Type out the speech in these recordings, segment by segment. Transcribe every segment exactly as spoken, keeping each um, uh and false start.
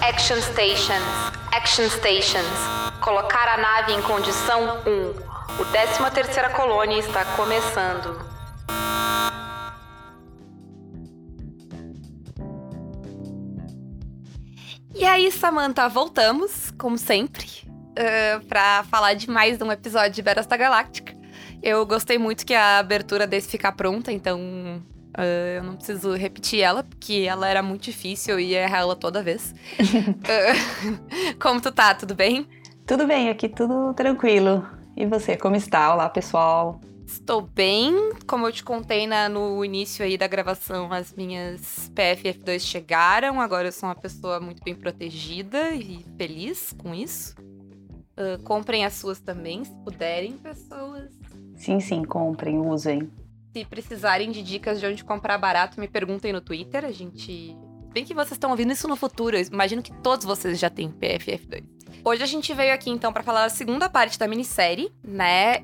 Action Stations. Action Stations. Colocar a nave em condição um. O décima terceira colônia está começando. E aí, Samantha, voltamos, como sempre, uh, pra falar de mais um episódio de Battlestar Galactica. Eu gostei muito que a abertura desse ficar pronta, então uh, eu não preciso repetir ela, porque ela era muito difícil, eu ia errar ela toda vez. uh, como tu tá? Tudo bem? Tudo bem, aqui tudo tranquilo. E você, como está? Olá, pessoal. Estou bem. Como eu te contei na, no início aí da gravação, as minhas P F F dois chegaram. Agora eu sou uma pessoa muito bem protegida e feliz com isso. Uh, comprem as suas também, se puderem, pessoas. Sim, sim, comprem, usem. Se precisarem de dicas de onde comprar barato, me perguntem no Twitter. A gente... Bem que vocês estão ouvindo isso no futuro, eu imagino que todos vocês já têm P F F dois. Hoje a gente veio aqui, então, pra falar da segunda parte da minissérie, né?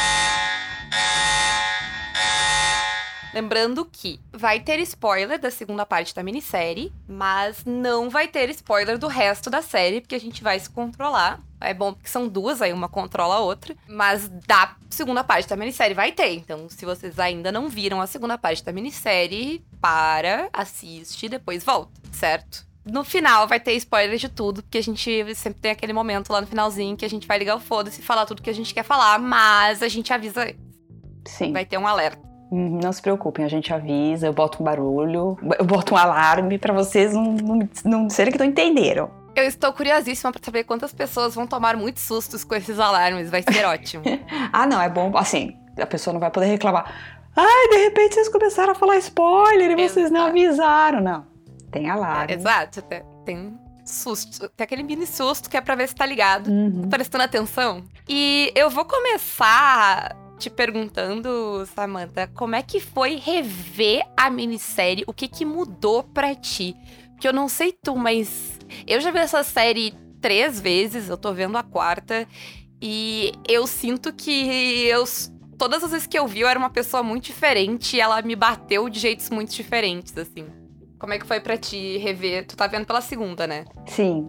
Lembrando que vai ter spoiler da segunda parte da minissérie, mas não vai ter spoiler do resto da série, porque a gente vai se controlar. É bom porque são duas, aí uma controla a outra. Mas da segunda parte da minissérie vai ter. Então, se vocês ainda não viram a segunda parte da minissérie, para, assiste e depois volta, certo? No final vai ter spoiler de tudo, porque a gente sempre tem aquele momento lá no finalzinho que a gente vai ligar o foda-se e falar tudo que a gente quer falar, mas a gente avisa antes. Sim. Vai ter um alerta. Não se preocupem, a gente avisa, eu boto um barulho, eu boto um alarme pra vocês não, não, não serem que não entenderam. Eu estou curiosíssima pra saber quantas pessoas vão tomar muitos sustos com esses alarmes, vai ser ótimo. Ah, não, é bom, assim, a pessoa não vai poder reclamar. Ai, de repente vocês começaram a falar spoiler e vocês Exato. Não avisaram, não. Tem alarme. É, exato, tem, tem susto, tem aquele mini susto que é pra ver se tá ligado, Uhum. prestando atenção. E eu vou começar te perguntando, Samantha, como é que foi rever a minissérie? O que que mudou pra ti? Porque eu não sei tu, mas eu já vi essa série três vezes, eu tô vendo a quarta, e eu sinto que eu, todas as vezes que eu vi eu era uma pessoa muito diferente e ela me bateu de jeitos muito diferentes, assim. Como é que foi pra ti rever? Tu tá vendo pela segunda, né? Sim,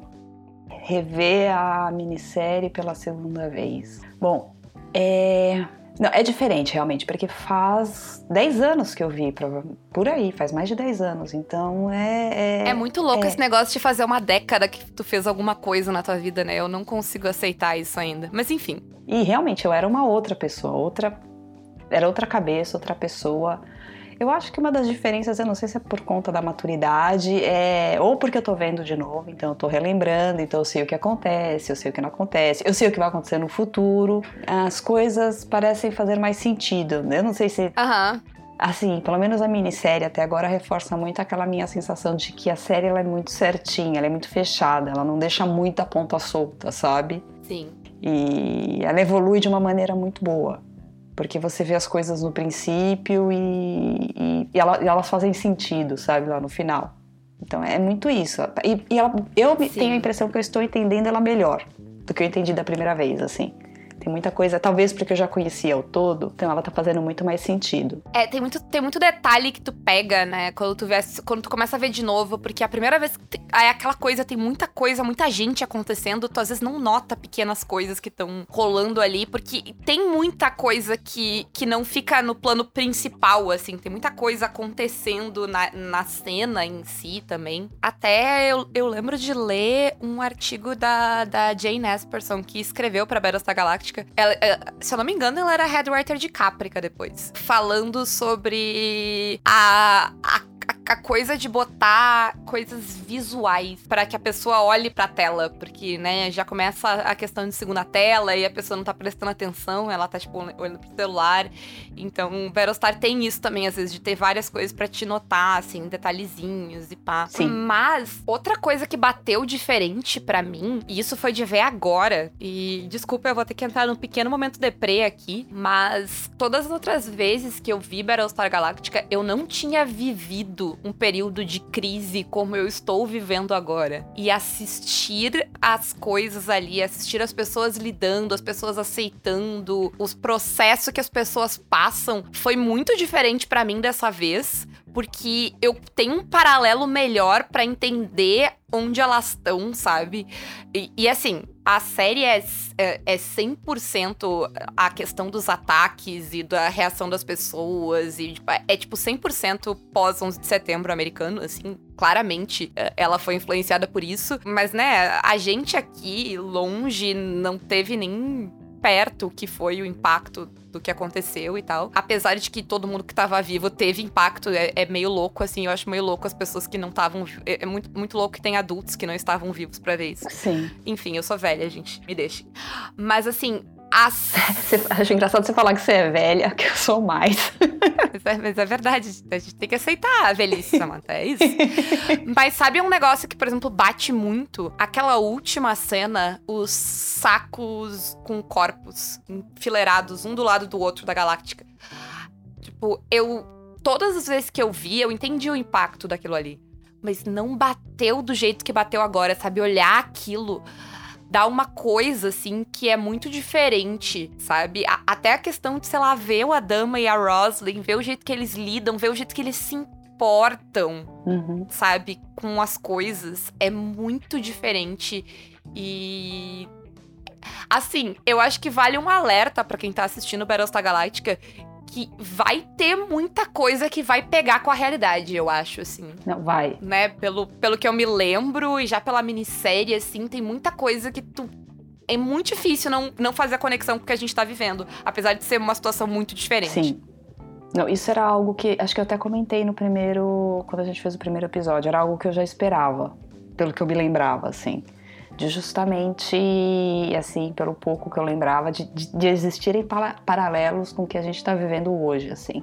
rever a minissérie pela segunda vez. Bom, é... Não, é diferente realmente, porque faz dez anos que eu vi, por aí, faz mais de dez anos, então é... É, é muito louco é... esse negócio de fazer uma década que tu fez alguma coisa na tua vida, né? Eu não consigo aceitar isso ainda, mas enfim. E realmente, eu era uma outra pessoa, outra... Era outra cabeça, outra pessoa... Eu acho que uma das diferenças, eu não sei se é por conta da maturidade, é, ou porque eu tô vendo de novo, então eu tô relembrando, então eu sei o que acontece, eu sei o que não acontece, eu sei o que vai acontecer no futuro, as coisas parecem fazer mais sentido, eu não sei se... Aham. Assim, pelo menos a minissérie até agora reforça muito aquela minha sensação de que a série ela é muito certinha, ela é muito fechada, ela não deixa muita ponta solta, sabe? Sim. E ela evolui de uma maneira muito boa. Porque você vê as coisas no princípio e, e, e, ela, e elas fazem sentido, sabe, lá no final. Então é muito isso. E, e ela, eu Sim. tenho a impressão que eu estou entendendo ela melhor do que eu entendi da primeira vez, assim. Tem muita coisa, talvez porque eu já conhecia o todo, então ela tá fazendo muito mais sentido. É, tem muito, tem muito detalhe que tu pega, né, quando tu, vê, quando tu começa a ver de novo, porque a primeira vez que é aquela coisa, tem muita coisa, muita gente acontecendo, tu às vezes não nota pequenas coisas que estão rolando ali, porque tem muita coisa que, que não fica no plano principal, assim, tem muita coisa acontecendo na, na cena em si também. Até eu, eu lembro de ler um artigo da, da Jane Esperson, que escreveu pra Battlestar Galactica. Ela, se eu não me engano, ela era head writer de Caprica depois. Falando sobre a, a, a coisa de botar coisas visuais para que a pessoa olhe pra tela. Porque, né, já começa a questão de segunda tela e a pessoa não tá prestando atenção, ela tá, tipo, olhando pro celular. Então, Battlestar tem isso também, às vezes, de ter várias coisas pra te notar, assim, detalhezinhos e pá. Sim. Mas, outra coisa que bateu diferente pra mim, e isso foi de ver agora, e desculpa, eu vou ter que entrar num pequeno momento deprê aqui, mas todas as outras vezes que eu vi Battlestar Galactica, eu não tinha vivido um período de crise como eu estou vivendo agora. E assistir as coisas ali, assistir as pessoas lidando, as pessoas aceitando, os processos que as pessoas passam, foi muito diferente pra mim dessa vez, porque eu tenho um paralelo melhor pra entender onde elas estão, sabe? E, e assim, a série é, é, é cem por cento a questão dos ataques e da reação das pessoas. E tipo, é tipo cem por cento pós onze de setembro americano, assim. Claramente, ela foi influenciada por isso. Mas, né, a gente aqui, longe, não teve nem perto que foi o impacto do que aconteceu e tal. Apesar de que todo mundo que tava vivo teve impacto, é, é meio louco, assim. Eu acho meio louco as pessoas que não estavam... É, é muito, muito louco que tem adultos que não estavam vivos pra ver isso. Sim. Enfim, eu sou velha, gente. Me deixem. Mas, assim... As... Acho engraçado você falar que você é velha, que eu sou mais. Mas é, mas é verdade, a gente tem que aceitar a velhice, Samantha, é isso. Mas sabe um negócio que, por exemplo, bate muito? Aquela última cena, os sacos com corpos enfileirados, um do lado do outro da Galáctica. Tipo, eu... Todas as vezes que eu vi, eu entendi o impacto daquilo ali. Mas não bateu do jeito que bateu agora, sabe? Olhar aquilo... dá uma coisa, assim, que é muito diferente, sabe? A- até a questão de, sei lá, ver o Adama e a Roslin, ver o jeito que eles lidam, ver o jeito que eles se importam, Uhum. sabe? Com as coisas, é muito diferente. E... assim, eu acho que vale um alerta pra quem tá assistindo Battlestar Galactica, que vai ter muita coisa que vai pegar com a realidade, eu acho, assim. Não, vai. Né, pelo, pelo que eu me lembro, e já pela minissérie, assim, tem muita coisa que tu... é muito difícil não, não fazer a conexão com o que a gente tá vivendo, apesar de ser uma situação muito diferente. Sim. Não, isso era algo que, acho que eu até comentei no primeiro, quando a gente fez o primeiro episódio, era algo que eu já esperava, pelo que eu me lembrava, assim. De justamente, assim, pelo pouco que eu lembrava, de, de, de existirem para, paralelos com o que a gente tá vivendo hoje, assim.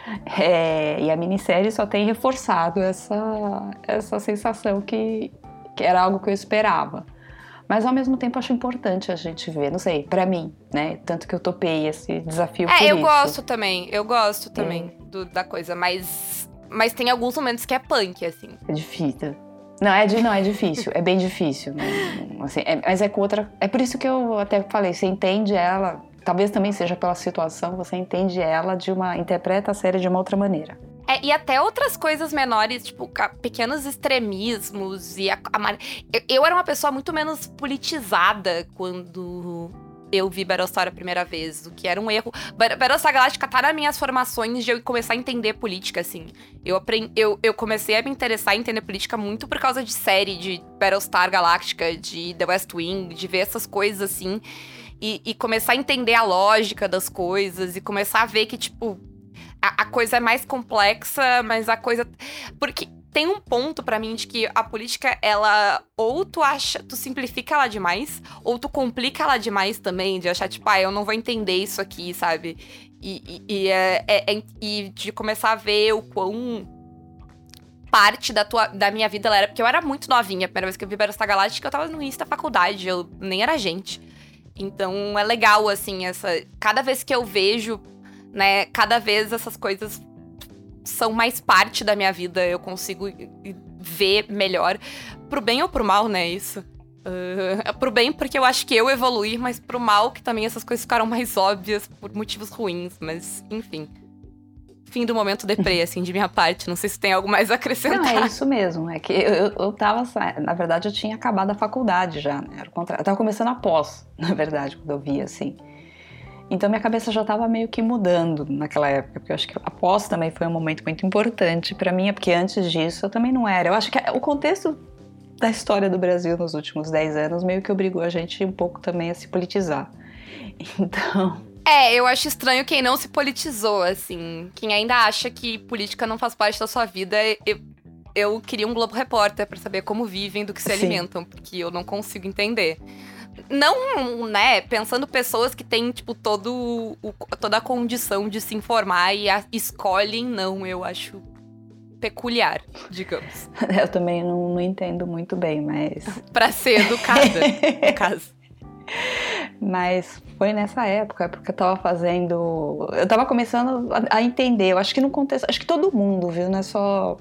É, e a minissérie só tem reforçado essa, essa sensação que, que era algo que eu esperava. Mas ao mesmo tempo acho importante a gente ver, não sei, pra mim, né? Tanto que eu topei esse desafio por isso. É, eu gosto também, eu gosto também é. do, da coisa, mas, mas tem alguns momentos que é punk, assim. É difícil. Não, é, não, é difícil, é bem difícil. Né? Assim, é, mas é com outra... É por isso que eu até falei, você entende ela... Talvez também seja pela situação, você entende ela de uma... interpreta a série de uma outra maneira. É, e até outras coisas menores, tipo, pequenos extremismos e a, a, eu, eu era uma pessoa muito menos politizada quando eu vi Battlestar a primeira vez, o que era um erro. Battlestar Galactica tá nas minhas formações de eu começar a entender política, assim. Eu, aprendi, eu, eu comecei a me interessar em entender política muito por causa de série, de Battlestar Galactica, de The West Wing, de ver essas coisas, assim. E, e começar a entender a lógica das coisas e começar a ver que, tipo, a, a coisa é mais complexa, mas a coisa... Porque tem um ponto pra mim de que a política, ela... Ou tu acha... Tu simplifica ela demais, ou tu complica ela demais também, de achar, tipo, ah, eu não vou entender isso aqui, sabe? E, e, e, é, é, é, e de começar a ver o quão... parte da, tua, da minha vida ela era... Porque eu era muito novinha, a primeira vez que eu vi Battlestar Galactica, eu tava no início da faculdade, eu nem era gente. Então, é legal, assim, essa... Cada vez que eu vejo, né, cada vez essas coisas são mais parte da minha vida, eu consigo ver melhor. Pro bem ou pro mal, né, isso. Uh, pro bem, porque eu acho que eu evoluí, mas pro mal, que também essas coisas ficaram mais óbvias por motivos ruins. Mas, enfim. Fim do momento deprê, assim, de minha parte. Não sei se tem algo mais a acrescentar. Não, é isso mesmo. É que eu, eu, eu tava... Na verdade, eu tinha acabado a faculdade já, né? Era o contrário. Eu tava começando a pós, na verdade, quando eu vi, assim. Então, minha cabeça já tava meio que mudando naquela época. Porque eu acho que a pós também foi um momento muito importante pra mim. Porque antes disso, eu também não era. Eu acho que o contexto da história do Brasil nos últimos dez anos meio que obrigou a gente um pouco também a se politizar. Então... É, eu acho estranho quem não se politizou, assim. Quem ainda acha que política não faz parte da sua vida. Eu, eu queria um Globo Repórter pra saber como vivem, do que se Sim. alimentam, porque eu não consigo entender. Não, né, pensando pessoas que têm, tipo, todo o, toda a condição de se informar e a, escolhem não, eu acho peculiar, digamos. Eu também não, não entendo muito bem, mas... Pra ser educada, no caso. Mas foi nessa época, porque eu tava fazendo... Eu tava começando a, a entender, eu acho que no contexto... Acho que todo mundo, viu, não é só...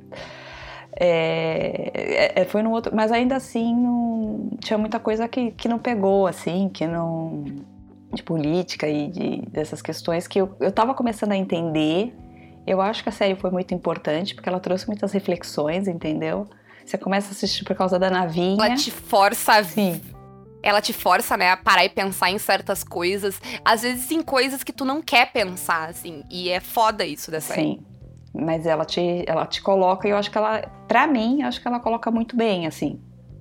É, é, foi no outro... Mas ainda assim, não, tinha muita coisa que, que não pegou, assim, que não... De política e de, dessas questões que eu, eu tava começando a entender Eu acho que a série foi muito importante, porque ela trouxe muitas reflexões, entendeu? Você começa a assistir por causa da navinha. Ela te força a... Sim. Ela te força, né, a parar e pensar em certas coisas. Às vezes em coisas que tu não quer pensar, assim. E é foda isso dessa série. Sim. Mas ela te, ela te coloca, e eu acho que ela, pra mim, eu acho que ela coloca muito bem, assim.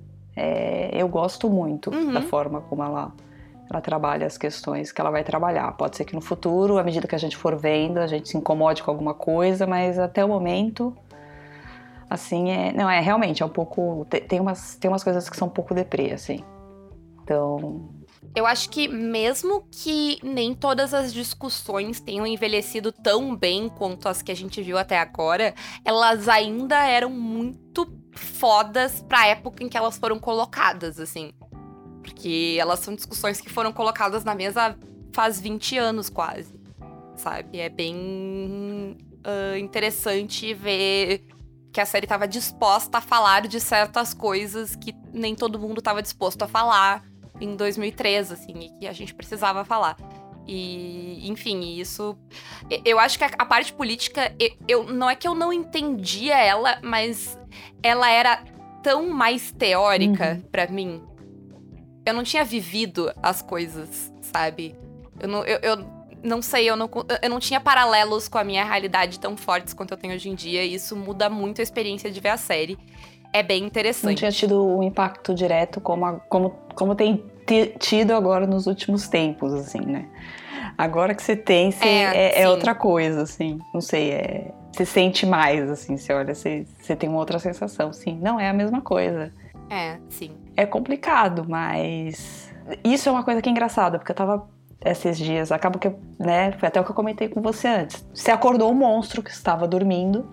É, eu gosto muito Uhum. da forma como ela, ela trabalha as questões que ela vai trabalhar. Pode ser que no futuro, à medida que a gente for vendo, a gente se incomode com alguma coisa, mas até o momento, assim, é, não, é realmente, é um pouco, tem umas, tem umas coisas que são um pouco deprê, assim. Então... Eu acho que mesmo que nem todas as discussões tenham envelhecido tão bem quanto as que a gente viu até agora, elas ainda eram muito fodas pra época em que elas foram colocadas, assim. Porque elas são discussões que foram colocadas na mesa faz vinte anos quase, sabe? É bem uh, interessante ver que a série tava disposta a falar de certas coisas que nem todo mundo tava disposto a falar em dois mil e três, assim, e que a gente precisava falar. E, enfim, isso... Eu acho que a, a parte política, eu, eu, não é que eu não entendia ela, mas ela era tão mais teórica Uhum. pra mim. Eu não tinha vivido as coisas, sabe? Eu não, eu, eu não sei, eu não, eu não tinha paralelos com a minha realidade tão fortes quanto eu tenho hoje em dia, e isso muda muito a experiência de ver a série. É bem interessante. Não tinha tido um impacto direto como, a, como, como tem tido agora nos últimos tempos, assim, né? Agora que você tem, você, é, é, é outra coisa, assim. Não sei, é, você sente mais, assim, você olha, você, você tem uma outra sensação, sim. Não é a mesma coisa. É, sim. É complicado, mas... Isso é uma coisa que é engraçada, porque eu tava... Esses dias, acaba que, né, foi até o que eu comentei com você antes. Você acordou um monstro que estava dormindo...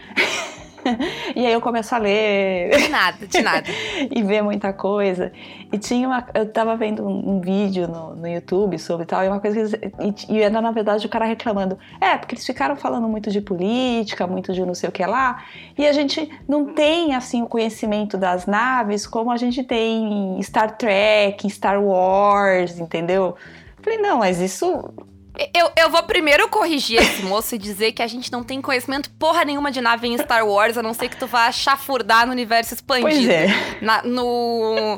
E aí eu começo a ler... De nada, de nada. E ver muita coisa. E tinha uma... Eu tava vendo um, um vídeo no, no YouTube sobre tal, e uma coisa que... Eles, e, e era, na verdade, o cara reclamando. É, porque eles ficaram falando muito de política, muito de não sei o que lá, e a gente não tem, assim, o conhecimento das naves como a gente tem em Star Trek, em Star Wars, entendeu? Eu falei, não, mas isso... Eu, eu vou primeiro corrigir esse moço e dizer que a gente não tem conhecimento porra nenhuma de nave em Star Wars, a não ser que tu vá chafurdar no universo expandido. Pois é. Na, no,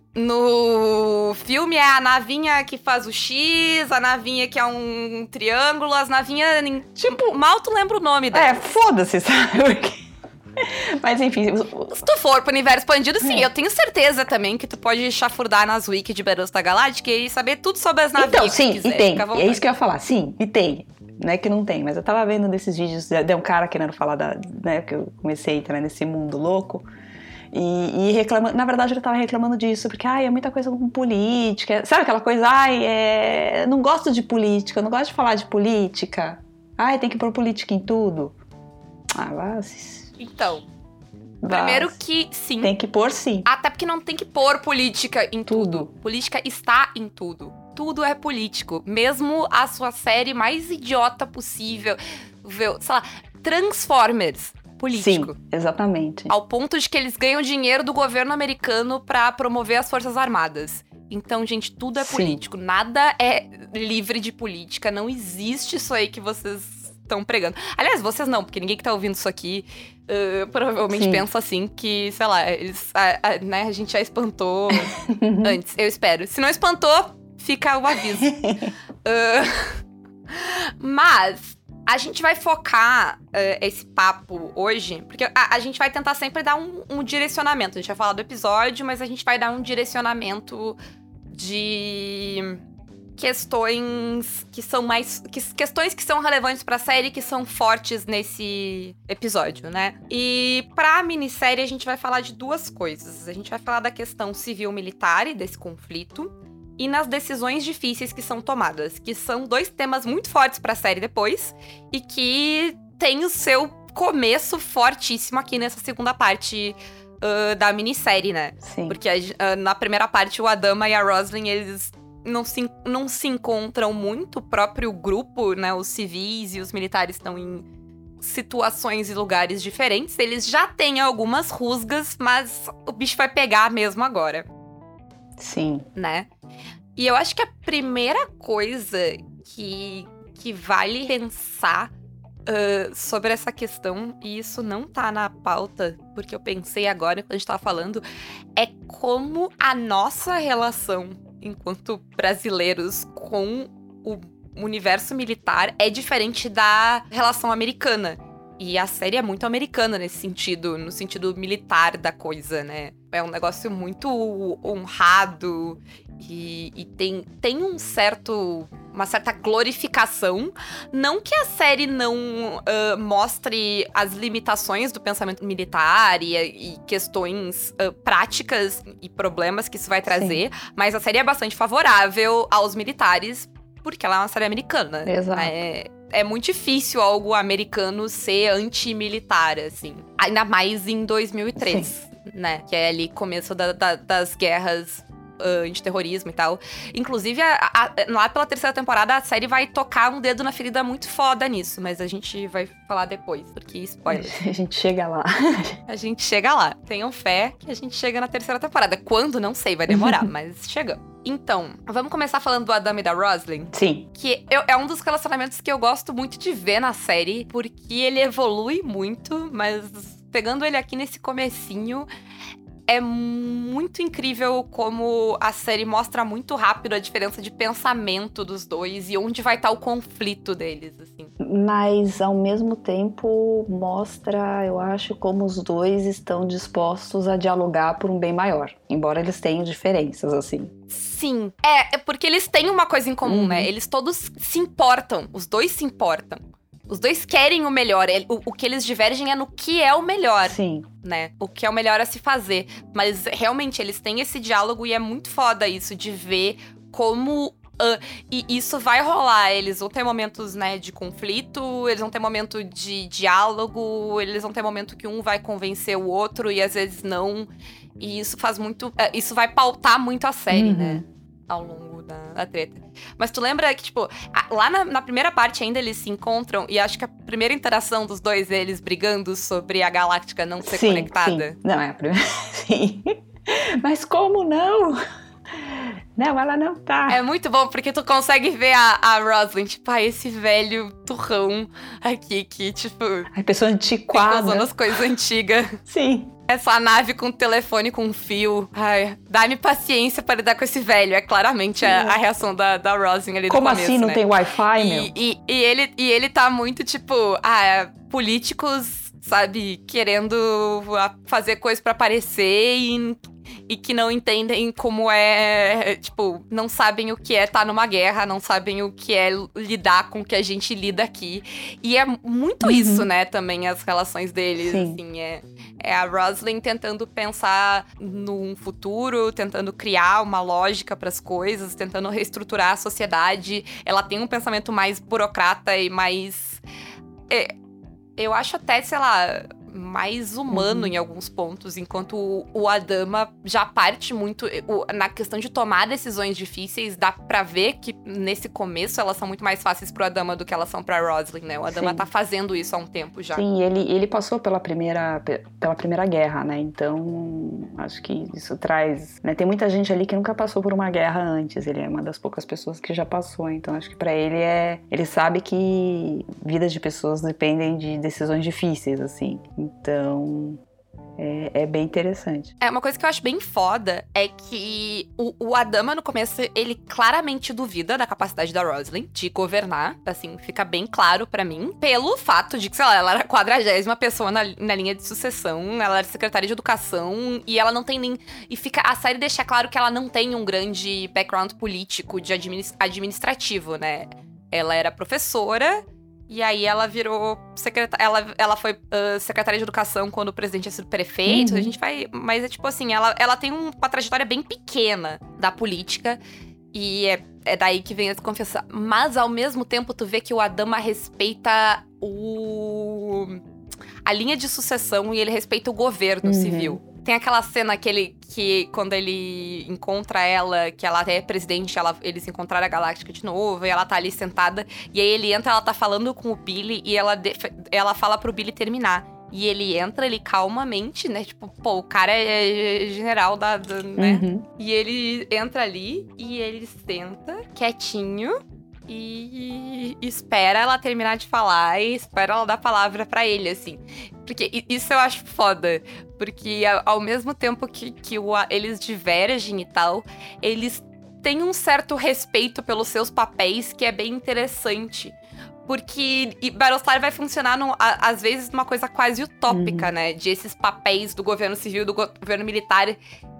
no filme é a navinha que faz o X, a navinha que é um triângulo, as navinhas... Tipo, mal tu lembra o nome dela. É, foda-se, sabe? Mas enfim... Se tu for pro universo expandido, sim, é. Eu tenho certeza também que tu pode chafurdar nas wiki de Battlestar Galactica e saber tudo sobre as navinhas. Então, sim, que quiser, e tem. fica à E é isso que eu ia falar. Sim, e tem. Não é que não tem, mas eu tava vendo desses vídeos, de um cara querendo falar da... Né, que eu comecei a entrar nesse mundo louco. E, e reclamando... Na verdade, ele tava reclamando disso, porque, ai, é muita coisa com política. Sabe aquela coisa, ai, é... não gosto de política, não gosto de falar de política. Ai, tem que pôr política em tudo. Ah, vai... Então, primeiro que sim. Tem que pôr sim. Até porque não tem que pôr política em tudo. Tudo. Política está em tudo. Tudo é político. Mesmo a sua série mais idiota possível. Sei lá, Transformers. Político. Sim, exatamente. Ao ponto de que eles ganham dinheiro do governo americano pra promover as Forças Armadas. Então, gente, tudo é político. Sim. Nada é livre de política. Não existe isso aí que vocês estão pregando. Aliás, vocês não, porque ninguém que tá ouvindo isso aqui uh, provavelmente Sim. pensa assim que, sei lá, eles, a, a, né, a gente já espantou antes, eu espero. Se não espantou, fica o aviso. uh, mas a gente vai focar uh, esse papo hoje, porque a, a gente vai tentar sempre dar um, um direcionamento. A gente vai falar do episódio, mas a gente vai dar um direcionamento de... questões que são mais... Que, questões que são relevantes pra série, que são fortes nesse episódio, né? E pra minissérie, a gente vai falar de duas coisas. A gente vai falar da questão civil-militar e desse conflito, e nas decisões difíceis que são tomadas, que são dois temas muito fortes pra série depois, e que tem o seu começo fortíssimo aqui nessa segunda parte uh, da minissérie, né? Sim. Porque uh, na primeira parte, o Adama e a Roslin, eles... Não se, não se encontram muito, o próprio grupo, né, os civis e os militares estão em situações e lugares diferentes. Eles já têm algumas rusgas, mas o bicho vai pegar mesmo agora. Sim. Né? E eu acho que a primeira coisa que, que vale pensar uh, sobre essa questão, e isso não tá na pauta, porque eu pensei agora, quando a gente tava falando, é como a nossa relação, enquanto brasileiros, com o universo militar é diferente da relação americana. E a série é muito americana nesse sentido, no sentido militar da coisa, né? É um negócio muito honrado e, e tem, tem um certo, uma certa glorificação. Não que a série não uh, mostre as limitações do pensamento militar e, e questões uh, práticas e problemas que isso vai trazer, sim, mas a série é bastante favorável aos militares, porque ela é uma série americana. Exato. É, é muito difícil algo americano ser anti-militar, assim. Ainda mais em dois mil e três, sim, né? Que é ali começo da, da, das guerras uh, antiterrorismo e tal. Inclusive, a, a, lá pela terceira temporada, a série vai tocar um dedo na ferida muito foda nisso. Mas a gente vai falar depois, porque spoiler. A gente chega lá. A gente chega lá. Tenham fé que a gente chega na terceira temporada. Quando? Não sei, vai demorar, mas chegamos. Então, vamos começar falando do Adam e da Roslyn? Sim. Que eu, é um dos relacionamentos que eu gosto muito de ver na série, porque ele evolui muito, mas pegando ele aqui nesse comecinho, é muito incrível como a série mostra muito rápido a diferença de pensamento dos dois e onde vai estar o conflito deles, assim. Mas, ao mesmo tempo, mostra, eu acho, como os dois estão dispostos a dialogar por um bem maior. Embora eles tenham diferenças, assim. Sim. É, é porque eles têm uma coisa em comum, uhum, né? Eles todos se importam. Os dois se importam. Os dois querem o melhor. O, o que eles divergem é no que é o melhor. Sim. Né? O que é o melhor a se fazer. Mas, realmente, eles têm esse diálogo e é muito foda isso, de ver como... Uh, e isso vai rolar, eles vão ter momentos, né, de conflito, eles vão ter momento de diálogo, eles vão ter momento que um vai convencer o outro e às vezes não. E isso faz muito... Uh, isso vai pautar muito a série, uhum, né? Ao longo da, da treta. Mas tu lembra que, tipo, a, lá na, na primeira parte ainda eles se encontram e acho que a primeira interação dos dois, eles brigando sobre a galáctica não ser, sim, conectada. Sim. Não, é a primeira... Sim. Mas como não? Não, ela não tá. É muito bom, porque tu consegue ver a, a Roslyn, tipo, ah, esse velho turrão aqui, que, tipo... A pessoa antiquada. Fica usando as coisas antigas. Sim. Essa nave com telefone com fio. Ai, dá-me paciência para lidar com esse velho. É claramente a, a reação da, da Roslyn ali no Como começo, assim não, né? tem Wi-Fi, e, meu? E, e, ele, e ele tá muito, tipo... Ah, políticos, sabe, querendo fazer coisa pra aparecer e... E que não entendem como é, tipo, não sabem o que é estar numa guerra, não sabem o que é lidar com o que a gente lida aqui. E é muito, uhum, isso, né, também, as relações deles, sim, assim, é, é a Roslyn tentando pensar num futuro, tentando criar uma lógica pras coisas, tentando reestruturar a sociedade. Ela tem um pensamento mais burocrata e mais... É, eu acho até, sei lá... mais humano, uhum, em alguns pontos, enquanto o, o Adama já parte muito o, na questão de tomar decisões difíceis. Dá pra ver que nesse começo elas são muito mais fáceis pro Adama do que elas são pra Roslyn, né? O Adama, sim, tá fazendo isso há um tempo já. Sim, ele, ele passou pela primeira, pela primeira guerra, né? Então, acho que isso traz... Né? Tem muita gente ali que nunca passou por uma guerra antes. Ele é uma das poucas pessoas que já passou. Então, acho que pra ele é... Ele sabe que vidas de pessoas dependem de decisões difíceis, assim. Então, é, é bem interessante. É, uma coisa que eu acho bem foda é que o, o Adama, no começo, ele claramente duvida da capacidade da Roslyn de governar. Assim, fica bem claro pra mim. Pelo fato de que, sei lá, ela era a quadragésima pessoa na, na linha de sucessão, ela era secretária de educação, e ela não tem nem... E fica, a série deixa claro que ela não tem um grande background político, de administ, administrativo, né? Ela era professora... E aí ela virou secretária, ela, ela foi uh, secretária de educação quando o presidente tinha sido prefeito, uhum, a gente vai... Mas é tipo assim, ela, ela tem um, uma trajetória bem pequena da política, e é, é daí que vem a desconfiança. Mas ao mesmo tempo tu vê que o Adama respeita o... a linha de sucessão e ele respeita o governo, uhum, civil. Tem aquela cena que ele, que quando ele encontra ela, que ela é presidente, ela, eles encontraram a Galáctica de novo, e ela tá ali sentada, e aí ele entra, ela tá falando com o Billy, e ela, ela fala pro Billy terminar. E ele entra, ele calmamente, né, tipo, pô, o cara é general da, da né? Uhum. E ele entra ali, e ele senta, quietinho, e espera ela terminar de falar e espera ela dar a palavra pra ele, assim. Porque isso eu acho foda. Porque ao mesmo tempo que, que o, eles divergem e tal, eles têm um certo respeito pelos seus papéis que é bem interessante. Porque Battlestar vai funcionar, no, a, às vezes, numa coisa quase utópica, uhum. né? De esses papéis do governo civil e do go- governo militar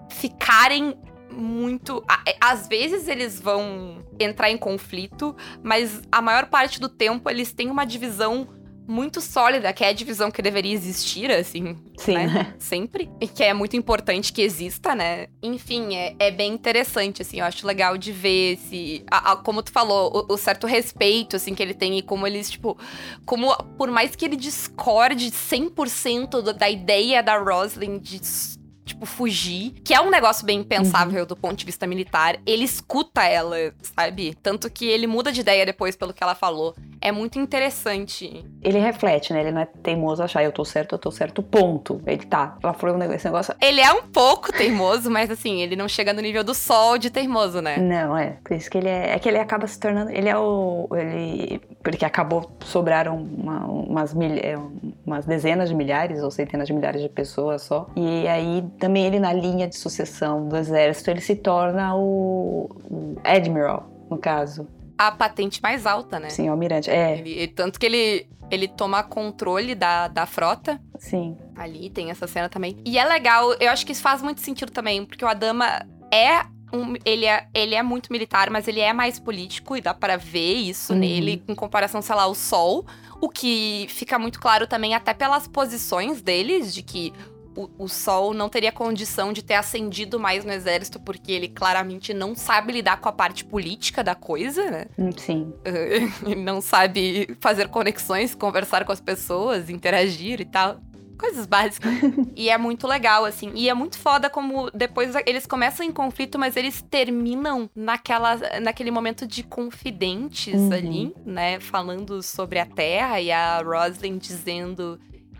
ficarem muito... A, às vezes eles vão entrar em conflito, mas a maior parte do tempo eles têm uma divisão muito sólida, que é a divisão que deveria existir, assim, Sim, né? né? Sempre. E que é muito importante que exista, né? Enfim, é, é bem interessante, assim, eu acho legal de ver esse... A, a, como tu falou, o, o certo respeito, assim, que ele tem e como eles, tipo... Como, por mais que ele discorde cem por cento do, da ideia da Roslin de... tipo, fugir, que é um negócio bem pensável uhum. do ponto de vista militar, ele escuta ela, sabe? Tanto que ele muda de ideia depois pelo que ela falou. É muito interessante. Ele reflete, né? Ele não é teimoso achar, eu tô certo, eu tô certo, ponto. Ele tá. Ela falou esse negócio... Ele é um pouco teimoso, mas assim, ele não chega no nível do Sol de teimoso, né? Não, é. Por isso que ele é... É que ele acaba se tornando... Ele é o... Ele... Porque acabou... Sobraram uma, umas, mil, umas dezenas de milhares ou centenas de milhares de pessoas só. E aí, também ele na linha de sucessão do exército, ele se torna o... o Admiral, no caso. A patente mais alta, né? Sim, o almirante, é. Ele, tanto que ele, ele toma controle da, da frota. Sim. Ali tem essa cena também. E é legal, eu acho que isso faz muito sentido também, porque o Adama é um... Ele é, ele é muito militar, mas ele é mais político, e dá pra ver isso uhum. nele, em comparação, sei lá, ao Sol. O que fica muito claro também, até pelas posições deles, de que... O, o Sol não teria condição de ter ascendido mais no exército, porque ele claramente não sabe lidar com a parte política da coisa, né? Sim. Ele não sabe fazer conexões, conversar com as pessoas, interagir e tal. Coisas básicas. E é muito legal, assim. E é muito foda como depois eles começam em conflito, mas eles terminam naquela, naquele momento de confidentes uhum. ali, né? Falando sobre a Terra e a Roslin dizendo...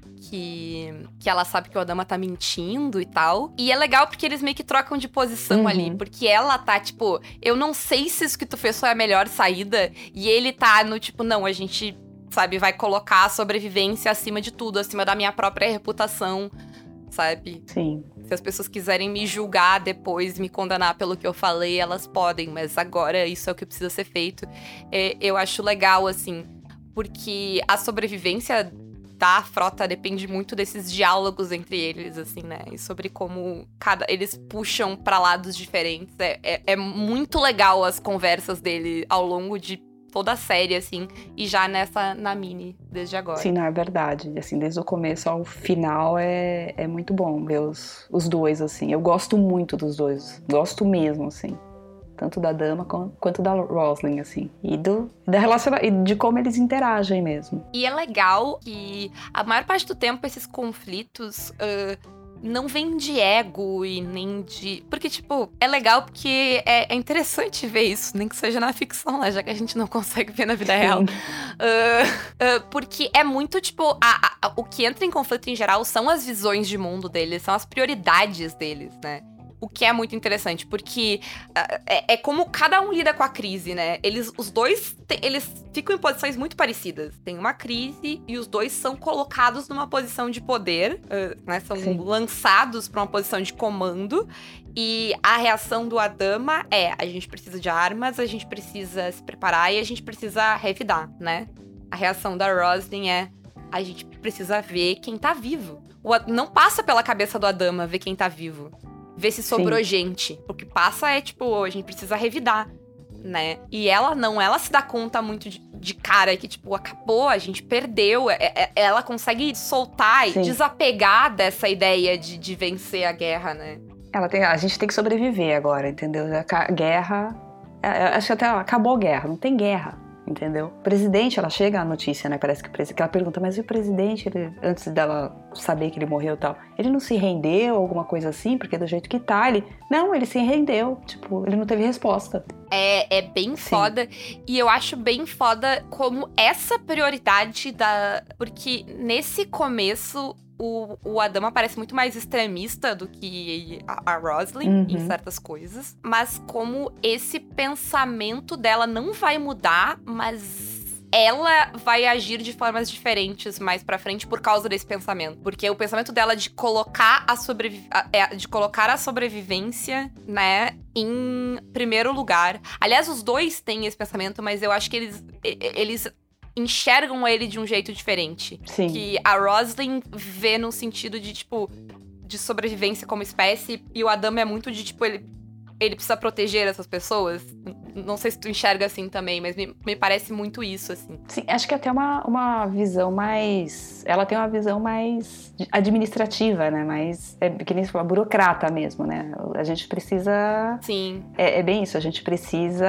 Que, que ela sabe que o Adama tá mentindo e tal. E é legal porque eles meio que trocam de posição uhum. ali. Porque ela tá, tipo... Eu não sei se isso que tu fez foi a melhor saída. E ele tá no, tipo... Não, a gente, sabe, vai colocar a sobrevivência acima de tudo. Acima da minha própria reputação, sabe? Sim. Se as pessoas quiserem me julgar depois, me condenar pelo que eu falei, elas podem. Mas agora isso é o que precisa ser feito. É, eu acho legal, assim... Porque a sobrevivência... da frota depende muito desses diálogos entre eles, assim, né? E sobre como cada eles puxam pra lados diferentes. É, é, é muito legal as conversas dele ao longo de toda a série, assim. E já nessa, na mini, desde agora. Sim, não, é verdade. Assim, desde o começo ao final é, é muito bom ver os, os dois, assim. Eu gosto muito dos dois. Gosto mesmo, assim. Tanto da Dama quanto da Roslin, assim. E, do, da relaciona- e de como eles interagem mesmo. E é legal que a maior parte do tempo esses conflitos uh, não vêm de ego e nem de... Porque, tipo, é legal porque é, é interessante ver isso, nem que seja na ficção, né? Já que a gente não consegue ver na vida Sim. real. Uh, uh, porque é muito, tipo... A, a, o que entra em conflito em geral são as visões de mundo deles, são as prioridades deles, né? O que é muito interessante, porque uh, é, é como cada um lida com a crise, né? Eles, os dois, te, eles ficam em posições muito parecidas. Tem uma crise e os dois são colocados numa posição de poder, uh, né? São Sim. lançados pra uma posição de comando. E a reação do Adama é, a gente precisa de armas, a gente precisa se preparar e a gente precisa revidar, né? A reação da Roslin é, a gente precisa ver quem tá vivo. O, não passa pela cabeça do Adama ver quem tá vivo. Ver se sobrou Sim. gente. O que passa é, tipo, a gente precisa revidar, né? E ela não, ela se dá conta muito de, de cara que, tipo, acabou, a gente perdeu. É, é, ela consegue soltar Sim. e desapegar dessa ideia de, de vencer a guerra, né? Ela tem, a gente tem que sobreviver agora, entendeu? A guerra... Acho que até acabou a guerra, não tem guerra. Entendeu? O presidente, ela chega a notícia, né? Parece que, que ela pergunta, mas e o presidente, ele, antes dela saber que ele morreu e tal, ele não se rendeu, alguma coisa assim? Porque do jeito que tá, ele... Não, ele se rendeu. Tipo, ele não teve resposta. É, é bem Sim. foda. E eu acho bem foda como essa prioridade da... Porque nesse começo... o, o Adama parece muito mais extremista do que a, a Roslin Uhum. em certas coisas. Mas como esse pensamento dela não vai mudar, mas ela vai agir de formas diferentes mais pra frente por causa desse pensamento. Porque o pensamento dela de colocar a, sobrevi- a- é, de colocar a sobrevivência, né, em primeiro lugar. Aliás, os dois têm esse pensamento, mas eu acho que eles, e- eles enxergam ele de um jeito diferente. Sim. Que a Roslin vê no sentido de, tipo, de sobrevivência como espécie, e o Adama é muito de, tipo, ele, ele precisa proteger essas pessoas. Não sei se tu enxerga assim também, mas me, me parece muito isso, assim. Sim, acho que até uma, uma visão mais... Ela tem uma visão mais administrativa, né? Mais, é, que nem se fala, burocrata mesmo, né? A gente precisa... Sim. É, é bem isso, a gente precisa...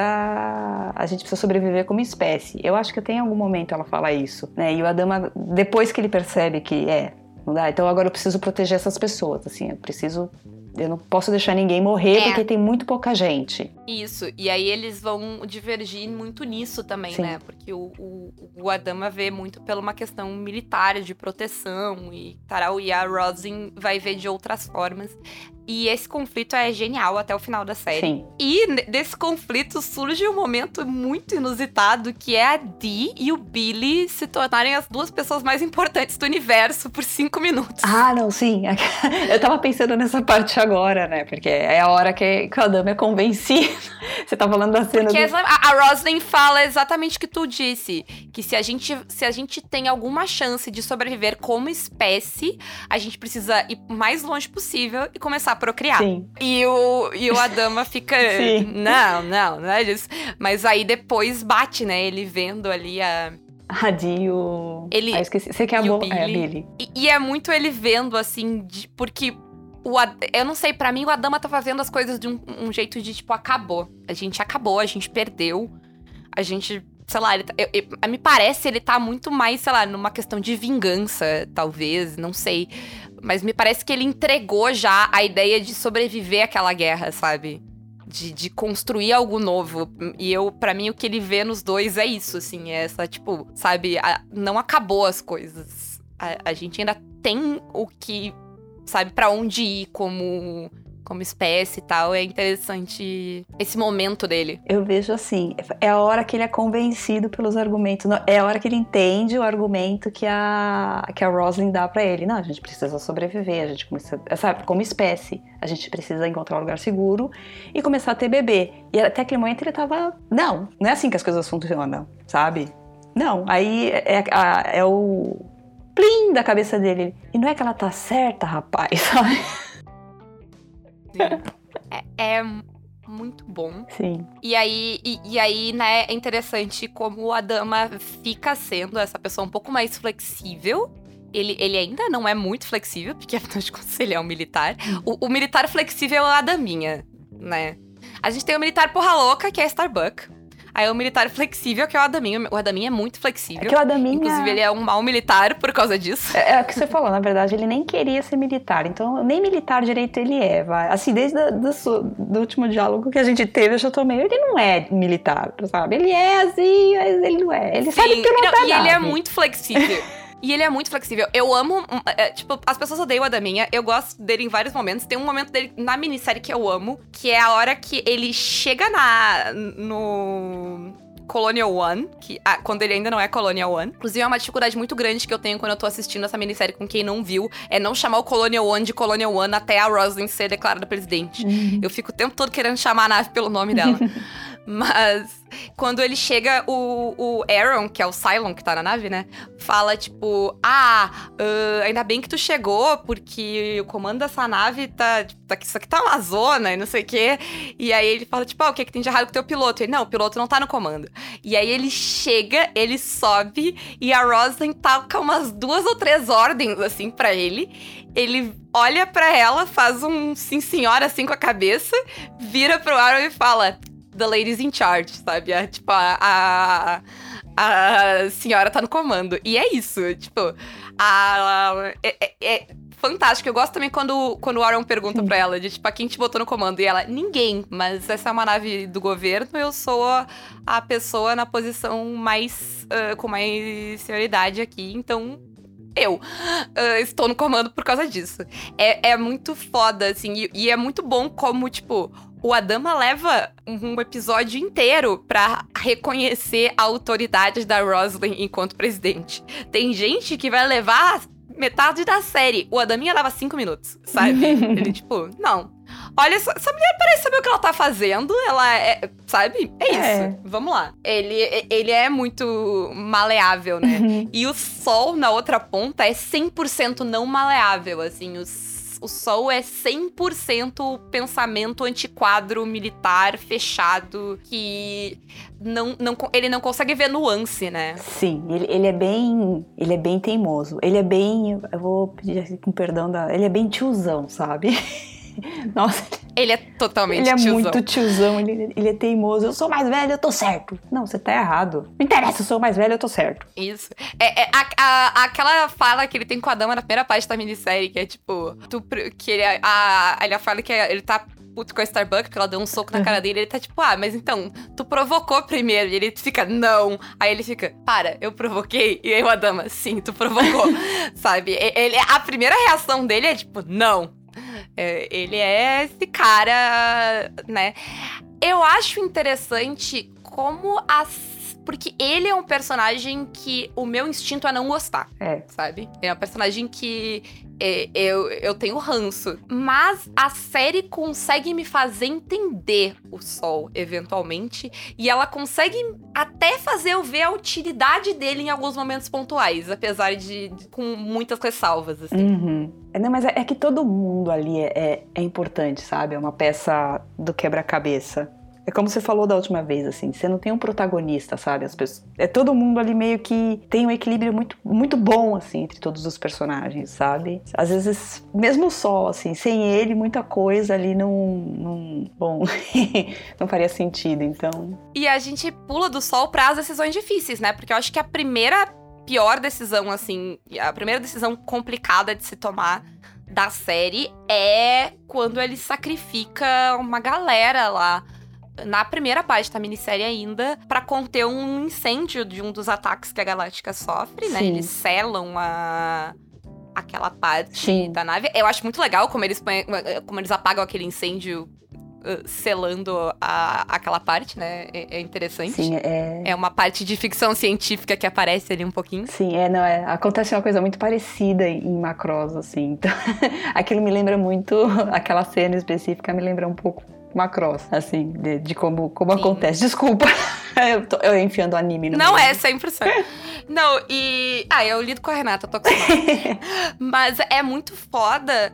A gente precisa sobreviver como espécie. Eu acho que até em algum momento ela fala isso, né? E o Adama, depois que ele percebe que é, não dá, então agora eu preciso proteger essas pessoas, assim, eu preciso... Eu não posso deixar ninguém morrer É. porque tem muito pouca gente. Isso, e aí eles vão divergir muito nisso também, Sim. né? Porque o, o, o Adama vê muito pela uma questão militar, de proteção e tal, e a Roslin vai ver de outras formas. E esse conflito é genial até o final da série. Sim. E ne- desse conflito surge um momento muito inusitado, que é a Dee e o Billy se tornarem as duas pessoas mais importantes do universo por cinco minutos. Ah, não, sim. Eu tava pensando nessa parte agora, né? Porque é a hora que, que o Adama é convencido. Você tá falando da cena Porque do... a, a Roslin fala exatamente o que tu disse. Que se a, gente, se a gente tem alguma chance de sobreviver como espécie, a gente precisa ir o mais longe possível e começar a procriar. Sim. E o, e o Adama fica... Sim. Não, não, não é isso. Mas aí depois bate, né? Ele vendo ali a... A Dee e o... Ele- Ah, eu esqueci. Você que é a e o boa... É, a Billy. Billy. E, e é muito ele vendo, assim, de- porque... O Ad- eu não sei, pra mim o Adama tá fazendo as coisas de um, um jeito de, tipo, acabou. A gente acabou, a gente perdeu. A gente, sei lá, ele tá- eu- eu- me parece ele tá muito mais, sei lá, numa questão de vingança, talvez, não sei. Mas me parece que ele entregou já a ideia de sobreviver àquela guerra, sabe? De, de construir algo novo. E eu, pra mim, o que ele vê nos dois é isso, assim. É essa, tipo, sabe? a- não acabou as coisas. A, a gente ainda tem o que... Sabe, pra onde ir como, como espécie e tal. É interessante esse momento dele. Eu vejo assim, é a hora que ele é convencido pelos argumentos, não- é a hora que ele entende o argumento que a, que a Roslin dá pra ele. Não, a gente precisa sobreviver, a gente precisa, sabe, como espécie, a gente precisa encontrar um lugar seguro e começar a ter bebê. E até aquele momento ele tava, não, não é assim que as coisas funcionam, sabe? Não, aí é, é, é o plim da cabeça dele. E não é que ela tá certa, rapaz, sabe? É, é muito bom. Sim. E aí, e, e aí, né, é interessante como o Adama fica sendo essa pessoa um pouco mais flexível. Ele, ele ainda não é muito flexível, porque afinal de contas ele é um militar. O, o militar flexível é o Adaminha, né? A gente tem o militar porra louca, que é Starbuck. Aí o militar flexível, que é o Adaminha. O Adaminha é muito flexível. É que o Adaminha... Inclusive, ele é um mau militar por causa disso. É, é o que você falou, na verdade, ele nem queria ser militar, então nem militar direito ele é, vai. Assim, desde a, do, do último diálogo que a gente teve, eu já tô meio, ele não é militar, sabe? Ele é assim, mas ele não é. Ele Sim, sabe que não, não, tá e ele é nave. muito flexível. E ele é muito flexível. Eu amo... é, tipo, as pessoas odeiam o Adaminha. Eu gosto dele em vários momentos. Tem um momento dele na minissérie que eu amo, que é a hora que ele chega na... no... Colonial One, que, ah, quando ele ainda não é Colonial One. Inclusive, é uma dificuldade muito grande que eu tenho quando eu tô assistindo essa minissérie com quem não viu, é não chamar o Colonial One de Colonial One até a Roslin ser declarada presidente. Uhum. Eu fico o tempo todo querendo chamar a nave pelo nome dela. Mas, quando ele chega, o, o Aaron, que é o Cylon que tá na nave, né? Fala, tipo, ah, uh, ainda bem que tu chegou, porque o comando dessa nave tá, tipo, tá isso aqui tá uma zona e não sei o quê. E aí ele fala, tipo, ah, o que que tem de errado com o teu piloto? Ele, não, o piloto não tá no comando. E aí ele chega, ele sobe, e a Roslin taca umas duas ou três ordens, assim, pra ele. Ele olha pra ela, faz um sim senhora, assim, com a cabeça, vira pro Aaron e fala... The lady's in charge, sabe? A, tipo, a, a, a senhora tá no comando. E é isso, tipo, a, é, é, é fantástico. Eu gosto também quando, quando o Aaron pergunta Sim. pra ela, de tipo, a quem te botou no comando? E ela, ninguém, mas essa é uma nave do governo, eu sou a, a pessoa na posição mais, uh, com mais senioridade aqui, então eu uh, estou no comando por causa disso. É, é muito foda, assim, e, e é muito bom como, tipo, o Adama leva um episódio inteiro pra reconhecer a autoridade da Roslin enquanto presidente. Tem gente que vai levar metade da série. O Adaminha leva cinco minutos, sabe? Ele, tipo, não. Olha, essa, essa mulher parece saber o que ela tá fazendo. Ela é, sabe? É isso. É. Vamos lá. Ele, ele é muito maleável, né? Uhum. E o Sol, na outra ponta, é cem por cento não maleável, assim. Os O Sol é cem por cento pensamento antiquadro militar fechado, que não, não, ele não consegue ver nuance, né? Sim, ele, ele é bem ele é bem teimoso. Ele é bem, eu vou pedir assim, com perdão, da, ele é bem tiozão, sabe? Nossa. Ele é totalmente ele é tiozão. Muito tiozão, ele, ele é teimoso. Eu sou mais velho, eu tô certo. Não, você tá errado. Não interessa, eu sou mais velho, eu tô certo. Isso. É, é a, a, aquela fala que ele tem com a Dama na primeira parte da minissérie, que é tipo... Tu, que ele, a, ele fala que ele tá puto com a Starbucks, porque ela deu um soco na cara dele. Ele tá tipo, ah, mas então, tu provocou primeiro. E ele fica, não. Aí ele fica, para, eu provoquei? E aí o Adama, sim, tu provocou. Sabe? Ele, a primeira reação dele é tipo, não. É, ele é esse cara, né? Eu acho interessante como as... Porque ele é um personagem que o meu instinto é não gostar, é. Sabe? É um personagem que é, eu, eu tenho ranço. Mas a série consegue me fazer entender o Sol, eventualmente. E ela consegue até fazer eu ver a utilidade dele em alguns momentos pontuais. Apesar de... de com muitas ressalvas, assim. Uhum. Não, mas é, é que todo mundo ali é, é, é importante, sabe? É uma peça do quebra-cabeça. É como você falou da última vez, assim, você não tem um protagonista, sabe? As pessoas, é todo mundo ali meio que tem um equilíbrio muito, muito bom, assim, entre todos os personagens, sabe? Às vezes, mesmo o Sol, assim, sem ele, muita coisa ali não... não bom, não faria sentido, então... E a gente pula do Sol para as decisões difíceis, né? Porque eu acho que a primeira pior decisão, assim, a primeira decisão complicada de se tomar da série é quando ele sacrifica uma galera lá na primeira parte da minissérie ainda, pra conter um incêndio de um dos ataques que a Galáctica sofre, né? Sim. Eles selam a... aquela parte Sim. da nave. Eu acho muito legal como eles, põem, como eles apagam aquele incêndio uh, selando a, aquela parte, né? É, é interessante. Sim, é... É uma parte de ficção científica que aparece ali um pouquinho. Sim, é, não, é, acontece uma coisa muito parecida em Macross, assim. Então, aquilo me lembra muito, aquela cena específica me lembra um pouco Macross, assim, de, de como, como acontece. Desculpa, eu, tô, eu enfiando anime no Não, meio. é cem por cento. Não, e... Ah, eu lido com a Renata, eu tô acostumada. Mas é muito foda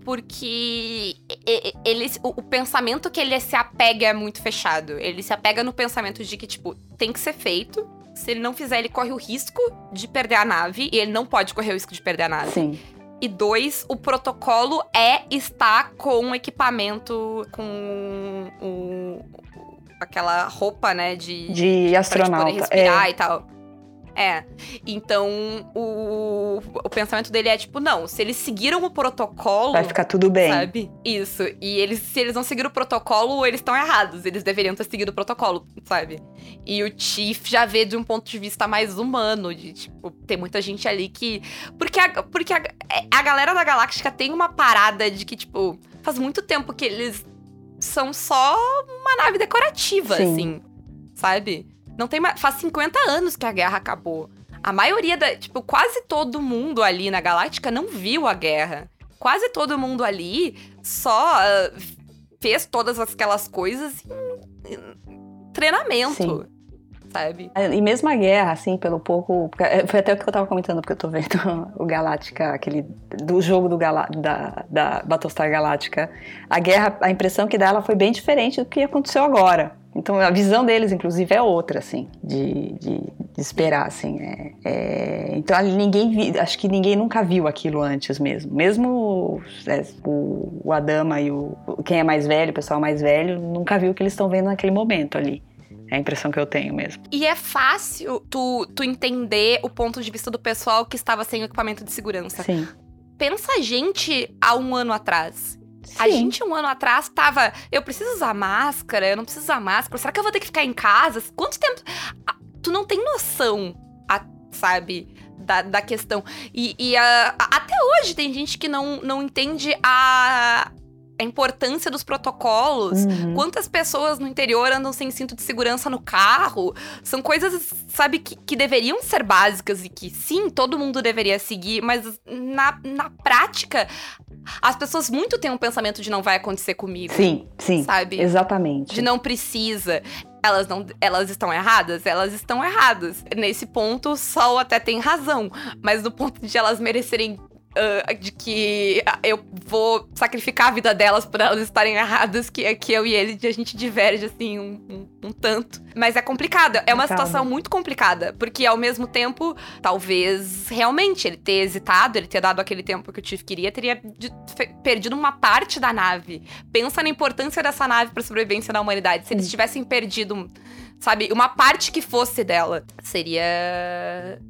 porque ele, o, o pensamento que ele se apega é muito fechado. Ele se apega no pensamento de que, tipo, tem que ser feito. Se ele não fizer, ele corre o risco de perder a nave. E ele não pode correr o risco de perder a nave. Sim. E dois, o protocolo é estar com o equipamento, com o, aquela roupa, né, de... De astronauta. Pra, tipo, poder respirar é. e tal. É. Então, o, o pensamento dele é tipo, não, se eles seguiram o protocolo... Vai ficar tudo bem. Sabe? Isso. E eles, se eles não seguiram o protocolo, eles estão errados. Eles deveriam ter seguido o protocolo, sabe? E o Chief já vê de um ponto de vista mais humano, de, tipo, tem muita gente ali que... Porque a, porque a, a galera da Galáctica tem uma parada de que, tipo, faz muito tempo que eles são só uma nave decorativa, Sim. assim, sabe? Não tem mais, faz cinquenta anos que a guerra acabou. A maioria da... Tipo, quase todo mundo ali na Galáctica não viu a guerra. Quase todo mundo ali só uh, fez todas aquelas coisas em, em treinamento. Sim. Sabe? E mesmo a guerra, assim, pelo pouco... Foi até o que eu tava comentando, porque eu tô vendo o Galáctica, aquele... Do jogo do Galá, da, da Battlestar Galáctica. A guerra, a impressão que dá, ela foi bem diferente do que aconteceu agora. Então, a visão deles, inclusive, é outra, assim, de, de, de esperar, assim. É, é, então, ali ninguém vi, acho que ninguém nunca viu aquilo antes mesmo. Mesmo é, o, o Adama e o... Quem é mais velho, o pessoal mais velho, nunca viu o que eles estão vendo naquele momento ali. É a impressão que eu tenho mesmo. E é fácil tu, tu entender o ponto de vista do pessoal que estava sem equipamento de segurança. Sim. Pensa a gente há um ano atrás. Sim. A gente, um ano atrás, tava... Eu preciso usar máscara, eu não preciso usar máscara. Será que eu vou ter que ficar em casa? Quanto tempo... Tu não tem noção, sabe? da, da questão. E, e a, a, até hoje tem gente que não, não entende a... a importância dos protocolos, uhum. Quantas pessoas no interior andam sem cinto de segurança no carro, são coisas, sabe, que, que deveriam ser básicas e que, sim, todo mundo deveria seguir, mas na, na prática, as pessoas muito têm um pensamento de não vai acontecer comigo. Sim, sim, sabe? Exatamente. De não precisa. Elas, não, elas estão erradas? Elas estão erradas. Nesse ponto, o Sol até tem razão, mas no ponto de elas merecerem Uh, de que eu vou sacrificar a vida delas por elas estarem erradas, que, que eu e ele, a gente diverge, assim, um, um, um tanto. Mas é complicado, é uma Calma. situação muito complicada, porque ao mesmo tempo, talvez, realmente, ele ter hesitado, ele ter dado aquele tempo que o Tiff queria, teria de, fe, perdido uma parte da nave. Pensa na importância dessa nave pra sobrevivência da humanidade. Se eles Sim. tivessem perdido, sabe, uma parte que fosse dela, seria...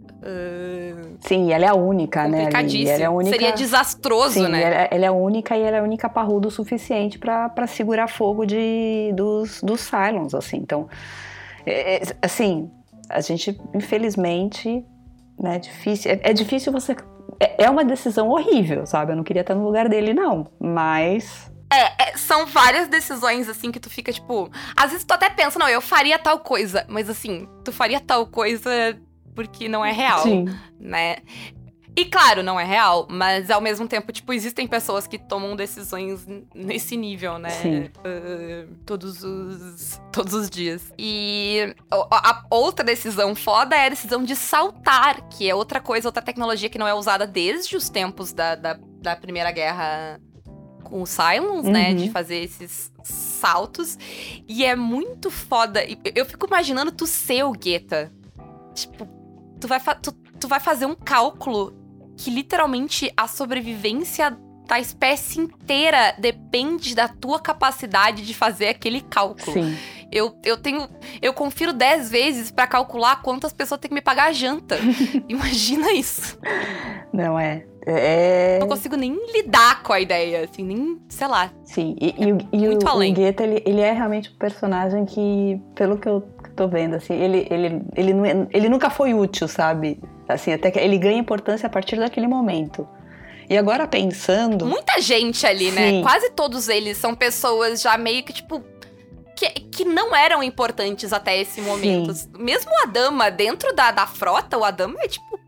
Uh, Sim, ela é a única, né? Complicadíssimo. Ela é a única... Seria desastroso, Sim, né? Ela, ela é a única e ela é a única parruda o suficiente pra, pra segurar fogo de, dos, dos Cylons, assim. Então, é, é, assim, a gente, infelizmente, né, é difícil. É, é difícil você... É, é uma decisão horrível, sabe? Eu não queria estar no lugar dele, não. Mas... É, é, são várias decisões, assim, que tu fica, tipo... Às vezes tu até pensa, não, eu faria tal coisa. Mas, assim, tu faria tal coisa... porque não é real, Sim. né? E claro, não é real, mas ao mesmo tempo, tipo, existem pessoas que tomam decisões nesse nível, né? Sim. Uh, todos os, todos os dias. E a, a outra decisão foda é a decisão de saltar, que é outra coisa, outra tecnologia que não é usada desde os tempos da, da, da Primeira Guerra com os Cylons, uhum. né? De fazer esses saltos. E é muito foda. Eu fico imaginando tu ser o Geta. Tipo, Tu vai, tu, tu vai fazer um cálculo que literalmente a sobrevivência da espécie inteira depende da tua capacidade de fazer aquele cálculo. Sim. Eu, eu tenho. Eu confiro dez vezes pra calcular quantas pessoas tem que me pagar a janta. Imagina isso. Não é. É... Não consigo nem lidar com a ideia, assim, nem, sei lá. Sim, e, e, é e o, o Geta, ele, ele é realmente um personagem que, pelo que eu tô vendo, assim, ele, ele, ele, ele, ele nunca foi útil, sabe? Assim, até que ele ganha importância a partir daquele momento. E agora pensando... Muita gente ali, Sim. né? Quase todos eles são pessoas já meio que, tipo... Que, que não eram importantes até esse momento. Sim. Mesmo o Adama, dentro da, da frota, o Adama é, tipo...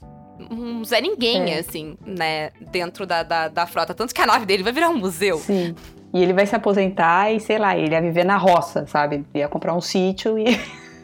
um Zé Ninguém, é. assim, né? Dentro da, da, da frota. Tanto que a nave dele vai virar um museu. Sim. E ele vai se aposentar e, sei lá, ele ia viver na roça, sabe? Ia comprar um sítio e...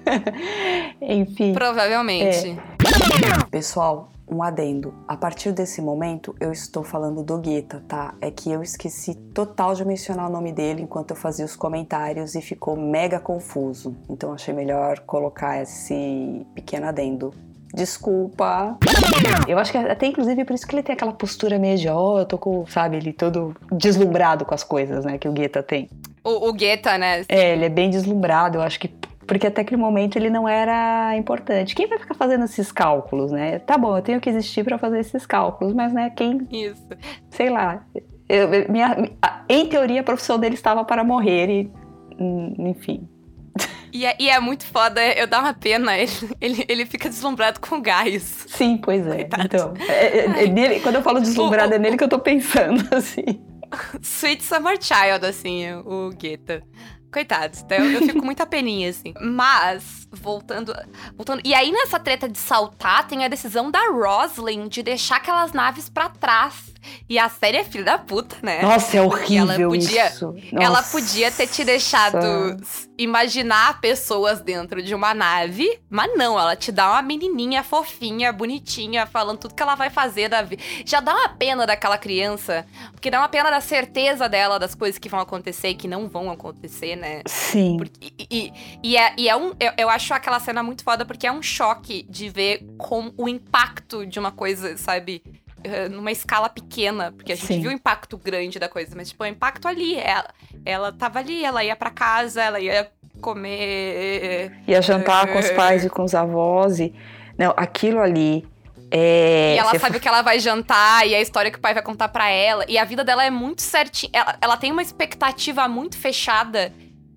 Enfim. Provavelmente. É. Pessoal, um adendo. A partir desse momento, eu estou falando do Geta, tá? É que eu esqueci total de mencionar o nome dele enquanto eu fazia os comentários e ficou mega confuso. Então, achei melhor colocar esse pequeno adendo. Desculpa. Eu acho que até, inclusive, por isso que ele tem aquela postura meio de, ó, oh, eu tô com, sabe, ele todo deslumbrado com as coisas, né, que o Geta tem. O, o Geta, né? É, ele é bem deslumbrado, eu acho que, porque até aquele momento ele não era importante. Quem vai ficar fazendo esses cálculos, né? Tá bom, eu tenho que existir pra fazer esses cálculos, mas, né, quem... Isso. Sei lá. Eu, minha, em teoria, a profissão dele estava para morrer e, enfim... E é, e é muito foda, eu dá uma pena, ele, ele, ele fica deslumbrado com o Gaius. Sim, pois é. Coitado. Então, é, é, é nele, quando eu falo deslumbrado, o, é nele que eu tô pensando, assim. Sweet Summer Child, assim, o Geta. Coitado, então eu, eu fico muita peninha, assim. Mas, voltando, voltando... E aí, nessa treta de saltar, tem a decisão da Roslin de deixar aquelas naves pra trás. E a série é filha da puta, né? Nossa, é horrível ela podia, isso. Ela Nossa. podia ter te deixado imaginar pessoas dentro de uma nave, mas não, ela te dá uma menininha fofinha, bonitinha, falando tudo que ela vai fazer da vida. Já dá uma pena daquela criança, porque dá uma pena da certeza dela das coisas que vão acontecer e que não vão acontecer, né? Sim. Porque, e, e, e, é, e é um... Eu, eu acho aquela cena muito foda, porque é um choque de ver com o impacto de uma coisa, sabe... numa escala pequena, porque a gente Sim. viu o impacto grande da coisa, mas, tipo, o impacto ali, ela, ela tava ali, ela ia pra casa, ela ia comer... Ia jantar com os pais e com os avós, e... Não, aquilo ali... É... E ela Você sabe fa... o que ela vai jantar, e a história que o pai vai contar pra ela, e a vida dela é muito certinha, ela, ela tem uma expectativa muito fechada,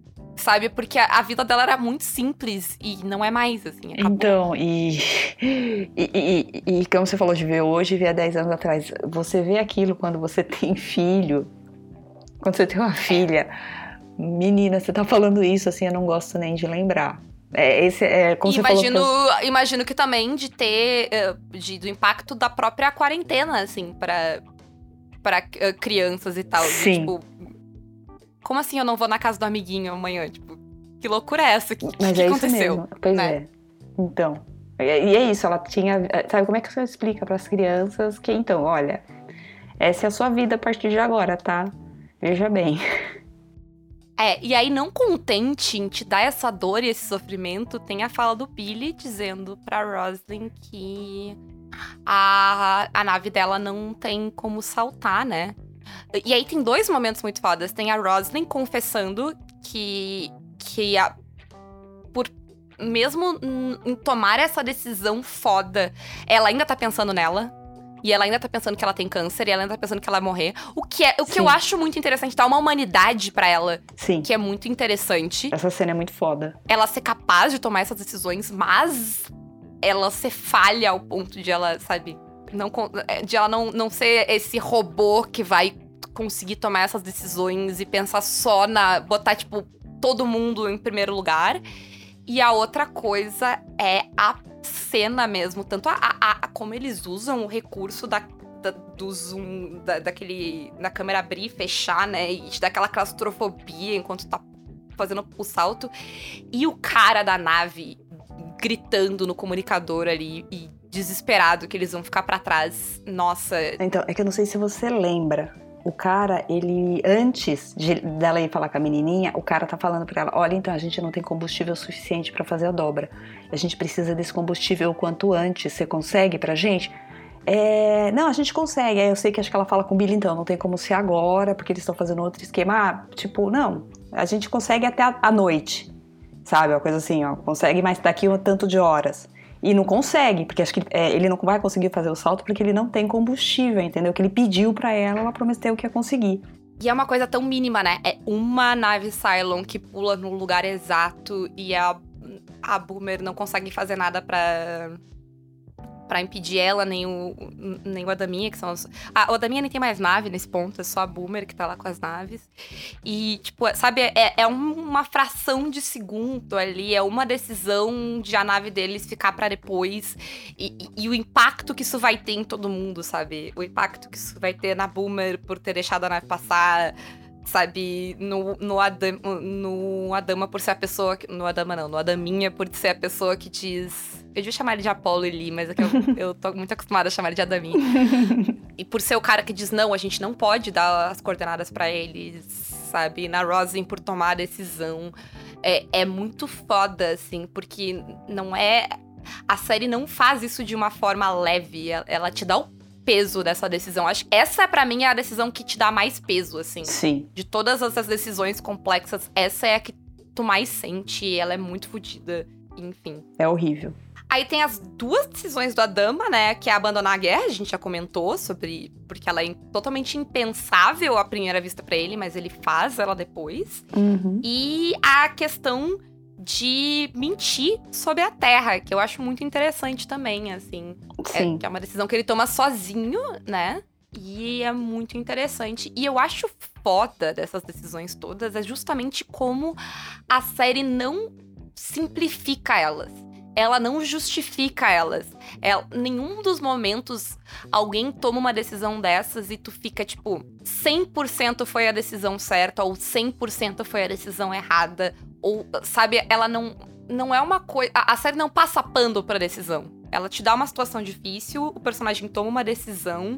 sabe? Porque a, a vida dela era muito simples e não é mais, assim, acabou. Então, e, e, e, e, e como você falou de ver hoje e ver há dez anos atrás, você vê aquilo quando você tem filho, quando você tem uma filha, menina, você tá falando isso, assim, eu não gosto nem de lembrar. É, esse, é, como imagino, você falou, imagino que também de ter, de, do impacto da própria quarentena, assim, pra, pra uh, crianças e tal. Sim. De, tipo, como assim eu não vou na casa do amiguinho amanhã? Tipo, que loucura é essa? Que, Mas que é aconteceu? Isso mesmo. Pois né? é. Então, e é isso, ela tinha... Sabe, como é que você explica pras crianças que, então, olha, essa é a sua vida a partir de agora, tá? Veja bem. É, e aí, não contente em te dar essa dor e esse sofrimento, tem a fala do Billy dizendo pra Roslin que a, a nave dela não tem como saltar, né? E aí tem dois momentos muito fodas. Tem a Roslin confessando que, que a, por mesmo em tomar essa decisão foda, ela ainda tá pensando nela. E ela ainda tá pensando que ela tem câncer, e ela ainda tá pensando que ela vai morrer. O que, é, o que eu acho muito interessante, dá uma humanidade pra ela. Sim. Que é muito interessante. Essa cena é muito foda. Ela ser capaz de tomar essas decisões, mas ela ser falha ao ponto de ela, sabe, não, de ela não, não ser esse robô que vai conseguir tomar essas decisões e pensar só na... botar, tipo, todo mundo em primeiro lugar. E a outra coisa é a cena mesmo, tanto a, a, a como eles usam o recurso da, da, do zoom, da, daquele, da câmera abrir e fechar, né, e te dá aquela claustrofobia enquanto tá fazendo o salto, e o cara da nave gritando no comunicador ali, e desesperado que eles vão ficar pra trás, nossa. Então, é que eu não sei se você lembra, o cara, ele, antes de, dela ir falar com a menininha, o cara tá falando pra ela, olha, então, a gente não tem combustível suficiente pra fazer a dobra. A gente precisa desse combustível o quanto antes. Você consegue pra gente? É, não, a gente consegue. Aí eu sei que acho que ela fala com o Billy, então, não tem como ser agora, porque eles estão fazendo outro esquema. Ah, tipo, não, a gente consegue até a, a noite, sabe? Uma coisa assim, ó, consegue, mas daqui um tanto de horas. E não consegue, porque acho que é, ele não vai conseguir fazer o salto porque ele não tem combustível, entendeu? Que ele pediu pra ela, ela prometeu que ia conseguir. E é uma coisa tão mínima, né? É uma nave Cylon que pula no lugar exato e a, a Boomer não consegue fazer nada pra, pra impedir ela, nem o, nem o Adaminha, que são os... Ah, o Adaminha nem tem mais nave nesse ponto, é só a Boomer que tá lá com as naves. E, tipo, sabe, é, é uma fração de segundo ali, é uma decisão de a nave deles ficar pra depois. E, e, e o impacto que isso vai ter em todo mundo, sabe? O impacto que isso vai ter na Boomer por ter deixado a nave passar... Sabe, no, no, Adam, no Adama por ser a pessoa... Que, no Adama não, no Adaminha por ser a pessoa que diz... Eu devia chamar ele de Apollo e Lee, mas é que eu, eu tô muito acostumada a chamar ele de Adaminha. E por ser o cara que diz, não, a gente não pode dar as coordenadas pra eles, sabe? Na Roslin por tomar a decisão. É, é muito foda, assim, porque não é... A série não faz isso de uma forma leve, ela, ela te dá o peso dessa decisão. Acho que essa, pra mim, é a decisão que te dá mais peso, assim. Sim. De todas essas decisões complexas, essa é a que tu mais sente, ela é muito fodida, enfim. É horrível. Aí tem as duas decisões do Adama, né, que é abandonar a guerra, a gente já comentou sobre... Porque ela é totalmente impensável à primeira vista pra ele, mas ele faz ela depois. Uhum. E a questão de mentir sobre a Terra, que eu acho muito interessante também, assim. Sim. É, que é uma decisão que ele toma sozinho, né? E é muito interessante. E eu acho foda dessas decisões todas é justamente como a série não simplifica elas. Ela não justifica elas. Ela, nenhum dos momentos alguém toma uma decisão dessas e tu fica, tipo, cem por cento foi a decisão certa ou cem por cento foi a decisão errada. Ou, sabe, ela não, não é uma coisa... A, a série não passa pano pra decisão. Ela te dá uma situação difícil, o personagem toma uma decisão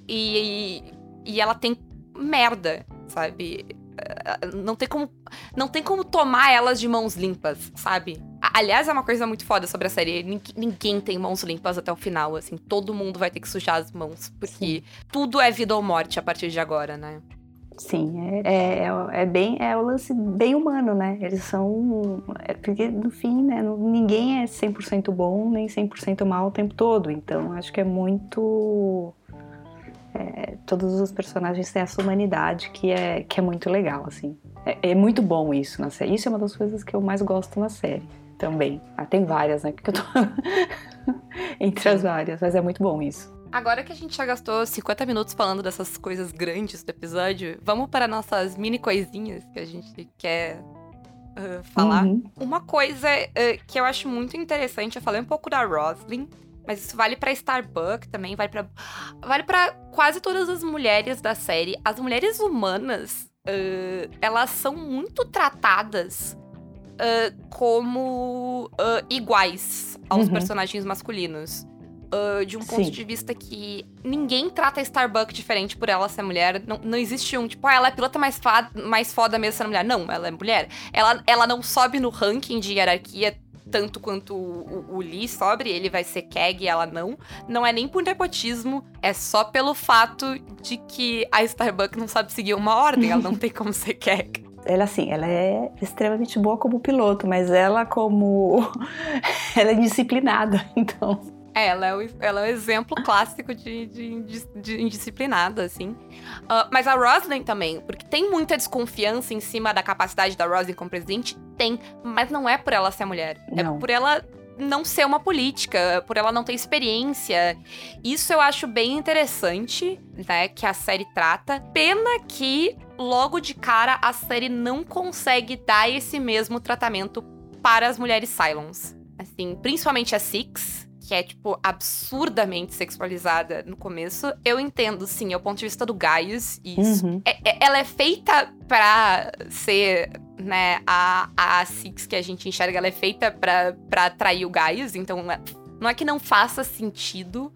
e, e ela tem merda, sabe? Não tem como, não tem como tomar elas de mãos limpas, sabe? Aliás, é uma coisa muito foda sobre a série. Ninguém tem mãos limpas até o final, assim. Todo mundo vai ter que sujar as mãos, porque Sim. tudo é vida ou morte a partir de agora, né? Sim, é, é, é, bem, é o lance bem humano, né? Eles são... É porque, no fim, né? Ninguém é cem por cento bom, nem cem por cento mal o tempo todo. Então, acho que é muito... é, todos os personagens têm essa humanidade que é, que é muito legal, assim. É, é muito bom isso na série. Isso é uma das coisas que eu mais gosto na série também. Ah, tem várias, né? Porque eu tô entre as várias, mas é muito bom isso. Agora que a gente já gastou cinquenta minutos falando dessas coisas grandes do episódio, vamos para nossas mini coisinhas que a gente quer uh, falar. Uhum. Uma coisa uh, que eu acho muito interessante, eu falei um pouco da Roslyn, mas isso vale pra Starbuck também, vale pra, vale pra quase todas as mulheres da série. As mulheres humanas, uh, elas são muito tratadas uh, como uh, iguais aos Uhum. personagens masculinos. Uh, de um ponto Sim. de vista que ninguém trata a Starbuck diferente por ela ser mulher. Não, não existe um, tipo, ah, ela é a pilota mais, fa- mais foda mesmo sendo mulher. Não, ela é mulher. Ela, ela não sobe no ranking de hierarquia tanto quanto o, o, o Lee sobe, ele vai ser C A G e ela não. Não é nem por nepotismo, é só pelo fato de que a Starbuck não sabe seguir uma ordem, ela não tem como ser C A G. Ela, assim, ela é extremamente boa como piloto, mas ela como... ela é indisciplinada, então... É, ela é o, ela é o exemplo clássico de, de, de, de indisciplinada, assim. Uh, mas a Roslyn também, porque tem muita desconfiança em cima da capacidade da Roslyn como presidente, tem, mas não é por ela ser mulher. Não. É por ela não ser uma política, por ela não ter experiência. Isso eu acho bem interessante, né, que a série trata. Pena que, logo de cara, a série não consegue dar esse mesmo tratamento para as mulheres Cylons. Assim, principalmente a Six, que é, tipo, absurdamente sexualizada no começo. Eu entendo, sim, é o ponto de vista do Gaius, isso. Uhum. É, é, ela é feita pra ser, né, a, a Six que a gente enxerga, ela é feita pra, pra atrair o Gaius, então não é que não faça sentido,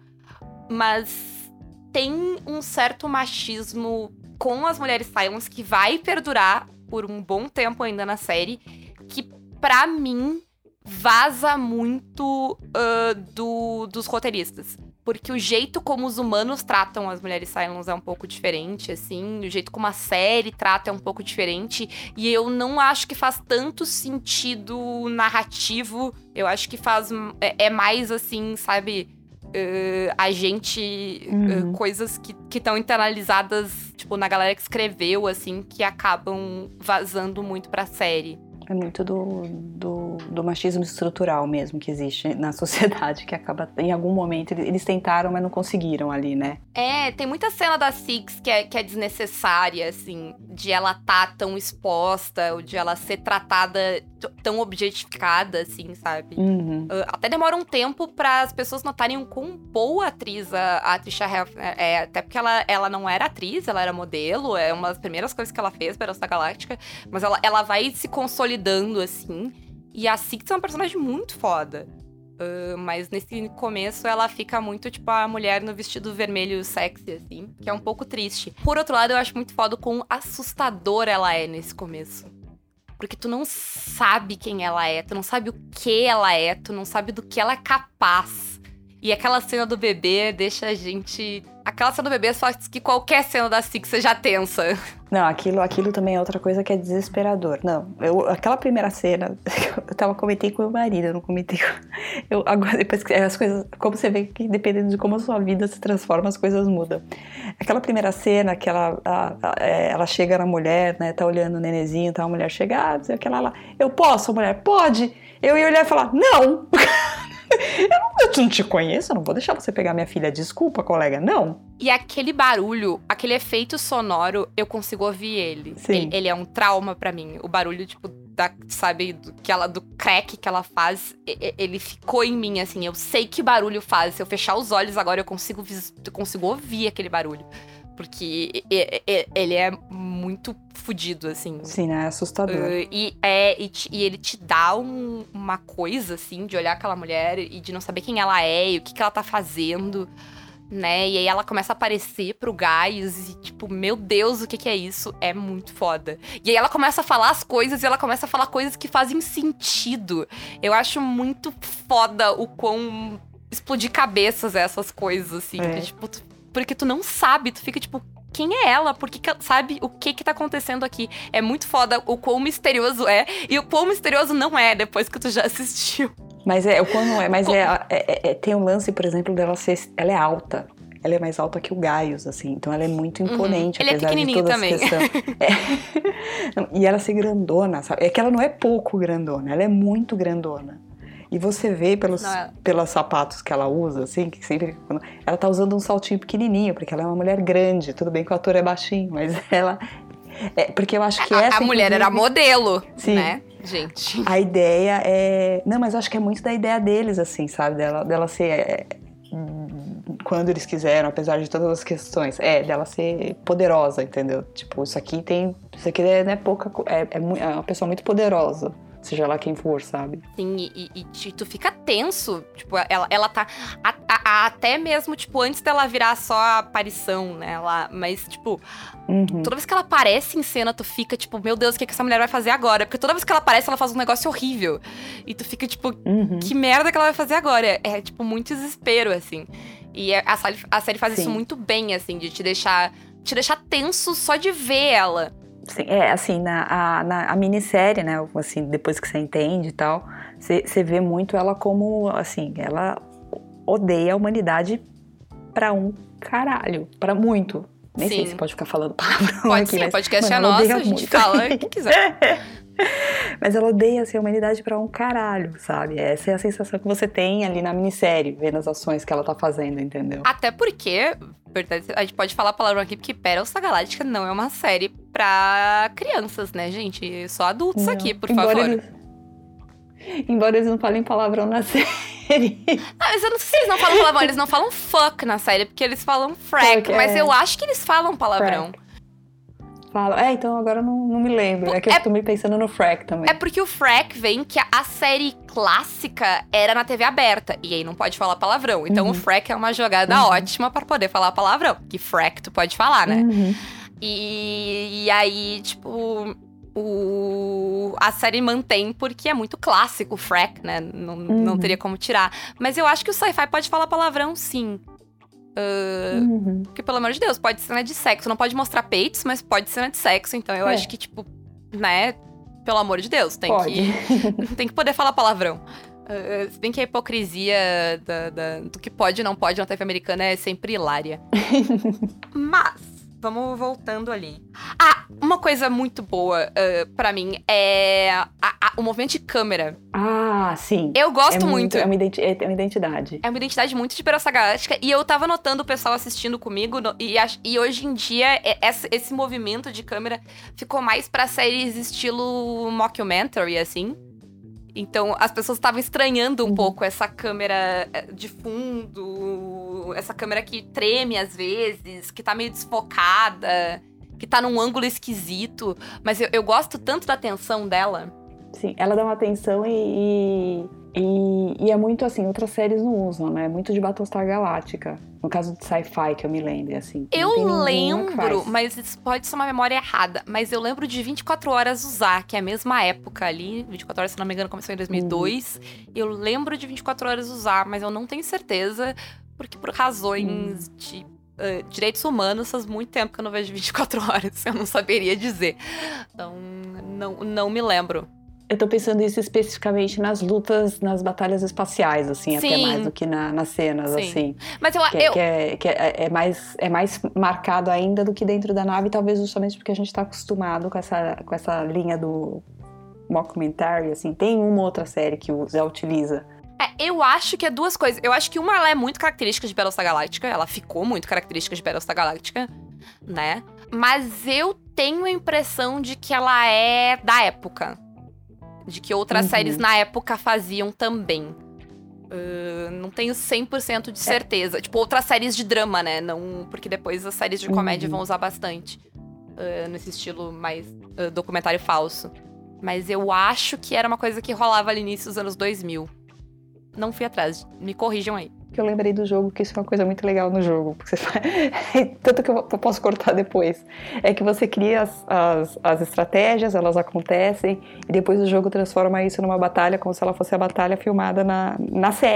mas tem um certo machismo com as mulheres Cylons que vai perdurar por um bom tempo ainda na série, que, pra mim, vaza muito uh, do, dos roteiristas. Porque o jeito como os humanos tratam as mulheres Cylons é um pouco diferente, assim. O jeito como a série trata é um pouco diferente. E eu não acho que faz tanto sentido narrativo. Eu acho que faz... É, é mais, assim, sabe... Uh, a gente... Uhum. Uh, coisas que estão internalizadas, tipo, na galera que escreveu, assim, que acabam vazando muito pra série. É muito do, do, do machismo estrutural mesmo que existe na sociedade, que acaba, em algum momento, eles tentaram, mas não conseguiram ali, né? É, tem muita cena da Six que é, que é desnecessária, assim, de ela tá tão exposta, ou de ela ser tratada t- tão objetificada, assim, sabe? Uhum. Uh, até demora um tempo para as pessoas notarem o quão boa atriz a, a Trisha Helfer é, até porque ela, ela não era atriz, ela era modelo, é uma das primeiras coisas que ela fez para essa Galáctica, mas ela, ela vai se consolidando, assim, e a Six é uma personagem muito foda. Uh, mas nesse começo ela fica muito, tipo, a mulher no vestido vermelho sexy, assim, que é um pouco triste. Por outro lado, eu acho muito foda quão assustadora ela é nesse começo. Porque tu não sabe quem ela é, tu não sabe o que ela é, tu não sabe do que ela é capaz. E aquela cena do bebê deixa a gente... Aquela cena do bebê faz que qualquer cena da Six seja tensa. Não, aquilo, aquilo também é outra coisa que é desesperador. Não, eu, aquela primeira cena, eu tava comentei com o meu marido, eu não comentei com... Eu, agora, depois que as coisas... Como você vê que dependendo de como a sua vida se transforma, as coisas mudam. Aquela primeira cena que ela, a, a, ela chega na mulher, né, tá olhando o nenenzinho, tá, a mulher chega, ah, não sei o que lá, lá. Eu posso, a mulher? Pode! Eu ia olhar e falar, não! Eu não, eu não te conheço, eu não vou deixar você pegar minha filha. Desculpa, colega, não. E aquele barulho, aquele efeito sonoro, eu consigo ouvir ele. Sim. Ele, ele é um trauma pra mim. O barulho, tipo, da, sabe, do, que ela, do crack que ela faz, ele ficou em mim, assim. Eu sei que barulho faz. Se eu fechar os olhos agora, eu consigo, eu consigo ouvir aquele barulho. Porque ele é muito fudido, assim. Sim, né? É assustador. Uh, e, é, e, te, e ele te dá um, uma coisa, assim, de olhar aquela mulher e de não saber quem ela é e o que, que ela tá fazendo, né? E aí ela começa a aparecer pro Gaius e, tipo, meu Deus, o que que é isso? É muito foda. E aí ela começa a falar as coisas e ela começa a falar coisas que fazem sentido. Eu acho muito foda o quão explodir cabeças essas coisas, assim. É. Que, tipo, tu, porque tu não sabe, tu fica, tipo... Quem é ela? Por que, que sabe o que que tá acontecendo aqui? É muito foda o quão misterioso é e o quão misterioso não é depois que tu já assistiu. Mas é, o quão não é, mas é, é, é, tem um lance, por exemplo, dela ser, ela é alta. ela é mais alta que o Gaius, assim. Então ela é muito imponente, uhum. Ele apesar é de todas também. as questões. É. E ela ser grandona, sabe? É que ela não é pouco grandona, ela é muito grandona. E você vê pelos, não, ela... pelos sapatos que ela usa, assim, que sempre... Ela tá usando um saltinho pequenininho, porque ela é uma mulher grande. Tudo bem que o ator é baixinho, mas ela... É, porque eu acho que a, essa... A mulher inclusive... era modelo, Sim. né, gente? A ideia é... Não, mas eu acho que é muito da ideia deles, assim, sabe? Dela, dela ser... É... Quando eles quiseram, apesar de todas as questões, é, dela ser poderosa, entendeu? Tipo, isso aqui tem... Isso aqui não é pouca... É, é, é uma pessoa muito poderosa. Seja lá quem for, sabe? Sim, e, e, e tu fica tenso. Tipo, ela, ela tá... A, a, a, até mesmo, tipo, antes dela virar só a aparição, né? Ela, mas, tipo... Uhum. Toda vez que ela aparece em cena, tu fica, tipo... Meu Deus, o que, é que essa mulher vai fazer agora? Porque toda vez que ela aparece, ela faz um negócio horrível. E tu fica, tipo... Uhum. Que merda que ela vai fazer agora? É, é tipo, muito desespero, assim. E a, a série faz Sim. isso muito bem, assim. De te deixar... Te deixar tenso só de ver ela. Sim, é, assim, na, a, na a minissérie, né, assim, depois que você entende e tal, você vê muito ela como, assim, ela odeia a humanidade pra um caralho, pra muito. Nem sim. sei se pode ficar falando palavrão pode aqui, sim, mas... o podcast é nosso, a gente muito. Fala o que quiser. Mas ela odeia assim, a humanidade pra um caralho, sabe? Essa é a sensação que você tem ali na minissérie, vendo as ações que ela tá fazendo, entendeu? Até porque... A gente pode falar a palavra aqui, porque Battlestar Galactica não é uma série pra crianças, né, gente? Só adultos não, aqui, por embora favor. Eles, embora eles não falem palavrão na série. Ah, mas eu não sei se eles não falam palavrão, eles não falam fuck na série, porque eles falam frack, fuck, mas é. eu acho que eles falam palavrão. Frack. Fala. É, então agora não, não me lembro. É que é, eu tô meio pensando no frack também. É porque o frack vem que a, a série clássica era na T V aberta. E aí não pode falar palavrão. Então uhum. o frack é uma jogada uhum. ótima pra poder falar palavrão. Que frack tu pode falar, né? Uhum. E, e aí, tipo... O, a série mantém porque é muito clássico o frack, né? Não, uhum. não teria como tirar. Mas eu acho que o sci-fi pode falar palavrão, sim. Uh, uhum. Porque, pelo amor de Deus, pode ser cena de sexo. Não pode mostrar peitos, mas pode ser cena de sexo. Então eu é. acho que, tipo, né? Pelo amor de Deus, tem pode. que tem que poder falar palavrão. Uh, se bem que a hipocrisia da, da, do que pode e não pode na T V americana é sempre hilária. Mas... Vamos voltando ali. Ah, uma coisa muito boa uh, pra mim é a, a, o movimento de câmera. Ah, sim. Eu gosto é muito. muito. É uma, identi- é uma identidade. É uma identidade muito de Battlestar Galactica. E eu tava notando o pessoal assistindo comigo. No, e, e hoje em dia, esse, esse movimento de câmera ficou mais pra séries estilo mockumentary, assim. Então, as pessoas estavam estranhando um uhum. pouco essa câmera de fundo, essa câmera que treme às vezes, que tá meio desfocada, que tá num ângulo esquisito. Mas eu, eu gosto tanto da tensão dela. Sim, ela dá uma tensão e, e, e é muito assim, outras séries não usam, né? É muito de Battlestar Galactica. No caso de sci-fi, que eu me lembro, assim. Eu lembro, mas isso pode ser uma memória errada, mas eu lembro de vinte e quatro horas usar, que é a mesma época ali. vinte e quatro horas, se não me engano, começou em dois mil e dois. Uhum. Eu lembro de vinte e quatro horas usar, mas eu não tenho certeza, porque por razões uhum. de uh, direitos humanos, faz muito tempo que eu não vejo vinte e quatro horas, eu não saberia dizer. Então, não, não me lembro. Eu tô pensando isso especificamente nas lutas, nas batalhas espaciais, assim, Sim. até mais do que na, nas cenas, Sim. assim. Mas eu... Que, eu... que, é, que é, é, mais, é mais marcado ainda do que dentro da nave, talvez justamente porque a gente tá acostumado com essa, com essa linha do mockumentary, assim. Tem uma outra série que já utiliza. É, eu acho que é duas coisas. Eu acho que uma, ela é muito característica de Battlestar Galactica, ela ficou muito característica de Battlestar Galactica, né? Mas eu tenho a impressão de que ela é da época. De que outras uhum. séries na época faziam também. Uh, não tenho cem por cento de certeza. É. Tipo, outras séries de drama, né? Não, porque depois as séries de comédia uhum. vão usar bastante. Uh, nesse estilo mais uh, documentário falso. Mas eu acho que era uma coisa que rolava ali no início dos anos dois mil. Não fui atrás. Me corrijam aí. Que eu lembrei do jogo, que isso é uma coisa muito legal no jogo. Porque você faz... Tanto que eu posso cortar depois. É que você cria as, as, as estratégias, elas acontecem, e depois o jogo transforma isso numa batalha, como se ela fosse a batalha filmada na, na série.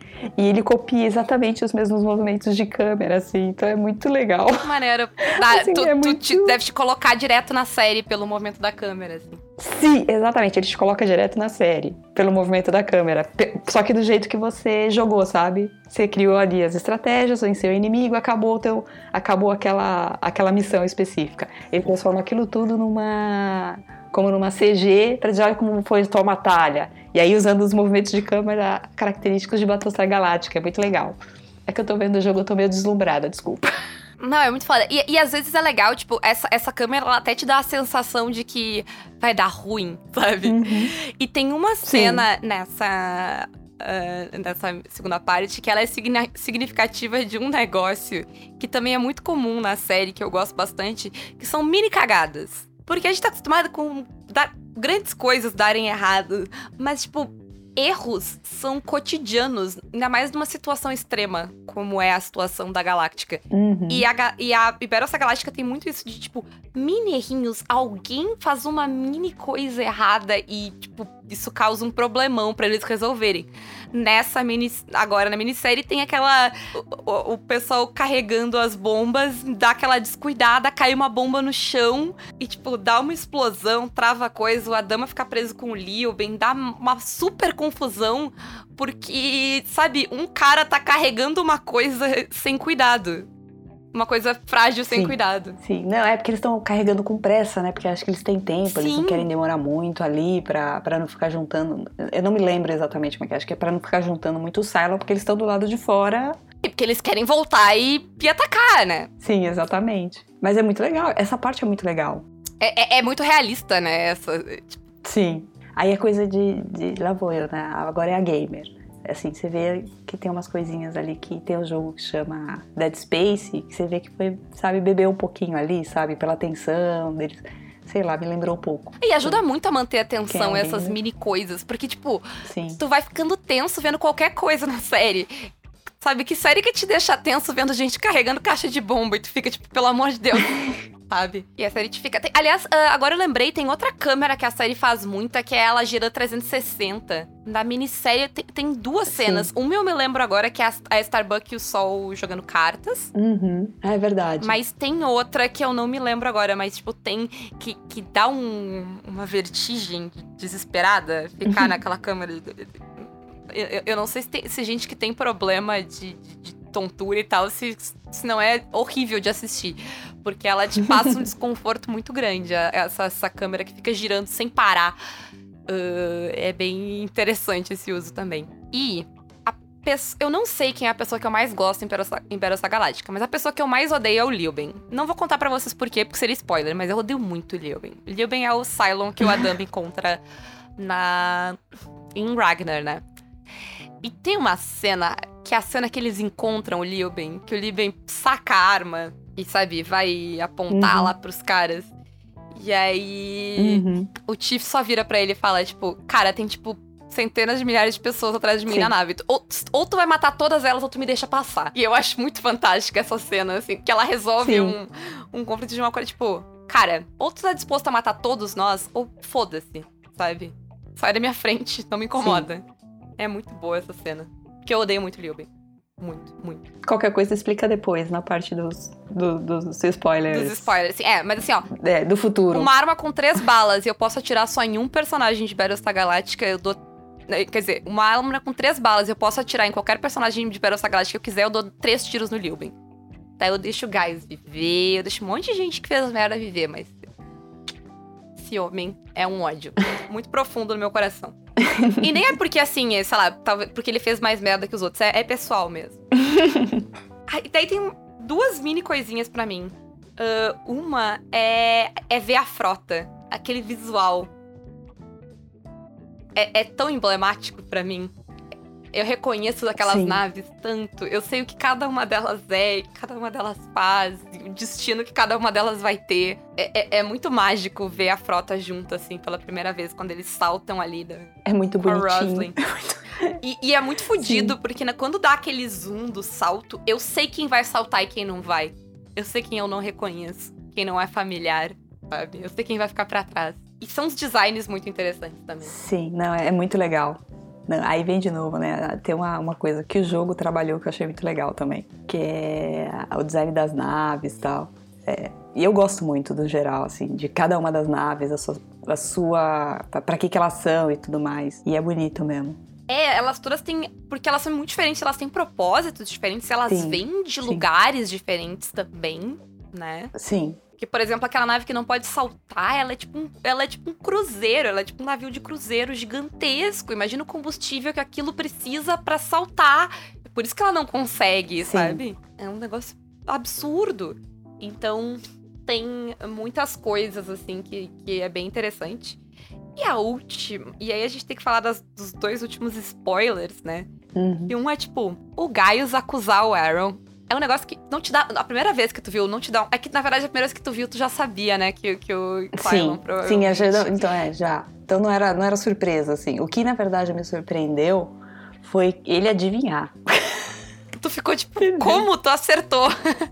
E ele copia exatamente os mesmos movimentos de câmera, assim. Então é muito legal. Maneiro. Dá, Assim, tu é tu muito... te, deve te colocar direto na série pelo movimento da câmera, assim. Sim, exatamente. Ele te coloca direto na série, pelo movimento da câmera. Só que do jeito que você jogou, sabe? Você criou ali as estratégias, venceu o inimigo, acabou, teu, acabou aquela, aquela missão específica. Ele transforma aquilo tudo numa... como numa C G, pra dizer, olha como foi a tua batalha. E aí usando os movimentos de câmera característicos de Battlestar Galactica. É muito legal. É que eu tô vendo o jogo, eu tô meio deslumbrada, desculpa. Não, é muito foda. E, e às vezes é legal, tipo, essa, essa câmera ela até te dá a sensação de que vai dar ruim, sabe? Uhum. E tem uma cena Sim. nessa... Uh, nessa segunda parte, que ela é signi- significativa de um negócio que também é muito comum na série, que eu gosto bastante, que são mini cagadas. Porque a gente tá acostumado com dar, grandes coisas darem errado, mas, tipo, erros são cotidianos, ainda mais numa situação extrema, como é a situação da Galáctica. Uhum. E a, e a Battlestar Galáctica tem muito isso de, tipo, mini errinhos. Alguém faz uma mini coisa errada e, tipo, isso causa um problemão pra eles resolverem. Nessa mini... Agora, na minissérie, tem aquela... O, o, o pessoal carregando as bombas, dá aquela descuidada, cai uma bomba no chão e, tipo, dá uma explosão, trava a coisa, o Adama fica preso com o Lioben, dá uma super confusão, porque, sabe, um cara tá carregando uma coisa sem cuidado. Uma coisa frágil sem sim, cuidado. Sim, não, é porque eles estão carregando com pressa, né? Porque acho que eles têm tempo, sim. Eles não querem demorar muito ali pra, pra não ficar juntando... Eu não me lembro exatamente, mas acho que é pra não ficar juntando muito o Cylon, porque eles estão do lado de fora. E porque eles querem voltar e, e atacar, né? Sim, exatamente. Mas é muito legal, essa parte é muito legal. É, é, é muito realista, né? Essa, tipo... Sim. Aí é coisa de, de... Lá vou eu, né? Agora é a gamer. Assim, você vê que tem umas coisinhas ali, que tem um jogo que chama Dead Space, que você vê que foi, sabe, beber um pouquinho ali, sabe, pela tensão deles. Sei lá, me lembrou um pouco. E ajuda então, muito a manter a tensão, é essas mini coisas. Porque, tipo, Sim. tu vai ficando tenso vendo qualquer coisa na série. Sabe, que série que te deixa tenso vendo gente carregando caixa de bomba e tu fica, tipo, pelo amor de Deus, sabe? E a série te fica... Tem... Aliás, agora eu lembrei, tem outra câmera que a série faz muita, que é ela gira trezentos e sessenta. Na minissérie tem, tem duas cenas. Sim. Uma eu me lembro agora, que é a, a Starbuck e o Sol jogando cartas. Uhum. É verdade. Mas tem outra que eu não me lembro agora, mas, tipo, tem que, que dá um, uma vertigem desesperada ficar naquela câmera... Eu, eu não sei se, tem, se gente que tem problema de, de, de tontura e tal, se, se não é horrível de assistir. Porque ela te passa um desconforto muito grande, essa, essa câmera que fica girando sem parar. Uh, é bem interessante esse uso também. E a pessoa, eu não sei quem é a pessoa que eu mais gosto em Battlestar, em Battlestar Galáctica, mas a pessoa que eu mais odeio é o Lioben. Não vou contar pra vocês por quê, porque seria spoiler, mas eu odeio muito o Lioben. O Lioben é o Cylon que o Adama encontra na... em Ragnar, né? E tem uma cena, que é a cena que eles encontram o Lioben, que o Lioben saca a arma e, sabe, vai apontar uhum. lá pros caras. E aí uhum. o Chief só vira pra ele e fala, tipo, cara, tem, tipo, centenas de milhares de pessoas atrás de mim Sim. na nave. Ou, ou tu vai matar todas elas ou tu me deixa passar. E eu acho muito fantástica essa cena, assim, que ela resolve um, um conflito de uma coisa, tipo, cara, ou tu tá disposto a matar todos nós, ou foda-se, sabe? Sai da minha frente, não me incomoda. Sim. É muito boa essa cena. Porque eu odeio muito o Lioben. Muito, muito. Qualquer coisa explica depois, na parte dos, do, dos spoilers. Dos spoilers, sim. É, mas assim, ó. É, do futuro. Uma arma com três balas e eu posso atirar só em um personagem de Battlestar Galactica, eu dou... Quer dizer, uma arma com três balas e eu posso atirar em qualquer personagem de Battlestar Galactica que eu quiser, eu dou três tiros no Lioben. Tá, eu deixo o Gaius viver, eu deixo um monte de gente que fez merda viver, mas... Esse homem é um ódio muito profundo no meu coração. E nem é porque, assim, é, sei lá, talvez porque ele fez mais merda que os outros. É, é pessoal mesmo. Aí, daí tem duas mini coisinhas pra mim. Uh, uma é, é ver a frota. Aquele visual. É, é tão emblemático pra mim. Eu reconheço aquelas Sim. naves tanto. Eu sei o que cada uma delas é, o que cada uma delas faz, o destino que cada uma delas vai ter. É, é, é muito mágico ver a frota junto, assim, pela primeira vez, quando eles saltam ali da... É muito bonitinho. E, e é muito fodido, porque né, quando dá aquele zoom do salto, eu sei quem vai saltar e quem não vai. Eu sei quem eu não reconheço, quem não é familiar, sabe? Eu sei quem vai ficar pra trás. E são uns designs muito interessantes também. Sim, não, é muito legal. Não, aí vem de novo, né? Tem uma, uma coisa que o jogo trabalhou que eu achei muito legal também, que é o design das naves e tal. É, e eu gosto muito do geral, assim, de cada uma das naves, a sua, a sua pra que que elas são e tudo mais. E é bonito mesmo. É, elas todas têm... Porque elas são muito diferentes, elas têm propósitos diferentes, elas Sim, vêm de sim. lugares diferentes também, né? Sim. Que, por exemplo, aquela nave que não pode saltar, ela é tipo um, ela é tipo um cruzeiro, ela é tipo um navio de cruzeiro gigantesco. Imagina o combustível que aquilo precisa pra saltar. Por isso que ela não consegue, Sim. sabe? É um negócio absurdo. Então, tem muitas coisas, assim, que, que é bem interessante. E a última... E aí a gente tem que falar das, dos dois últimos spoilers, né? Uhum. E um é, tipo, o Gaius acusar o Aaron. É um negócio que não te dá... A primeira vez que tu viu, não te dá... É que, na verdade, a primeira vez que tu viu, tu já sabia, né? Que, que o Cylon, Sim, provavelmente... sim, é, já- então é, já. Então não era, não era surpresa, assim. O que, na verdade, me surpreendeu foi ele adivinhar. Tu ficou tipo, como tu acertou?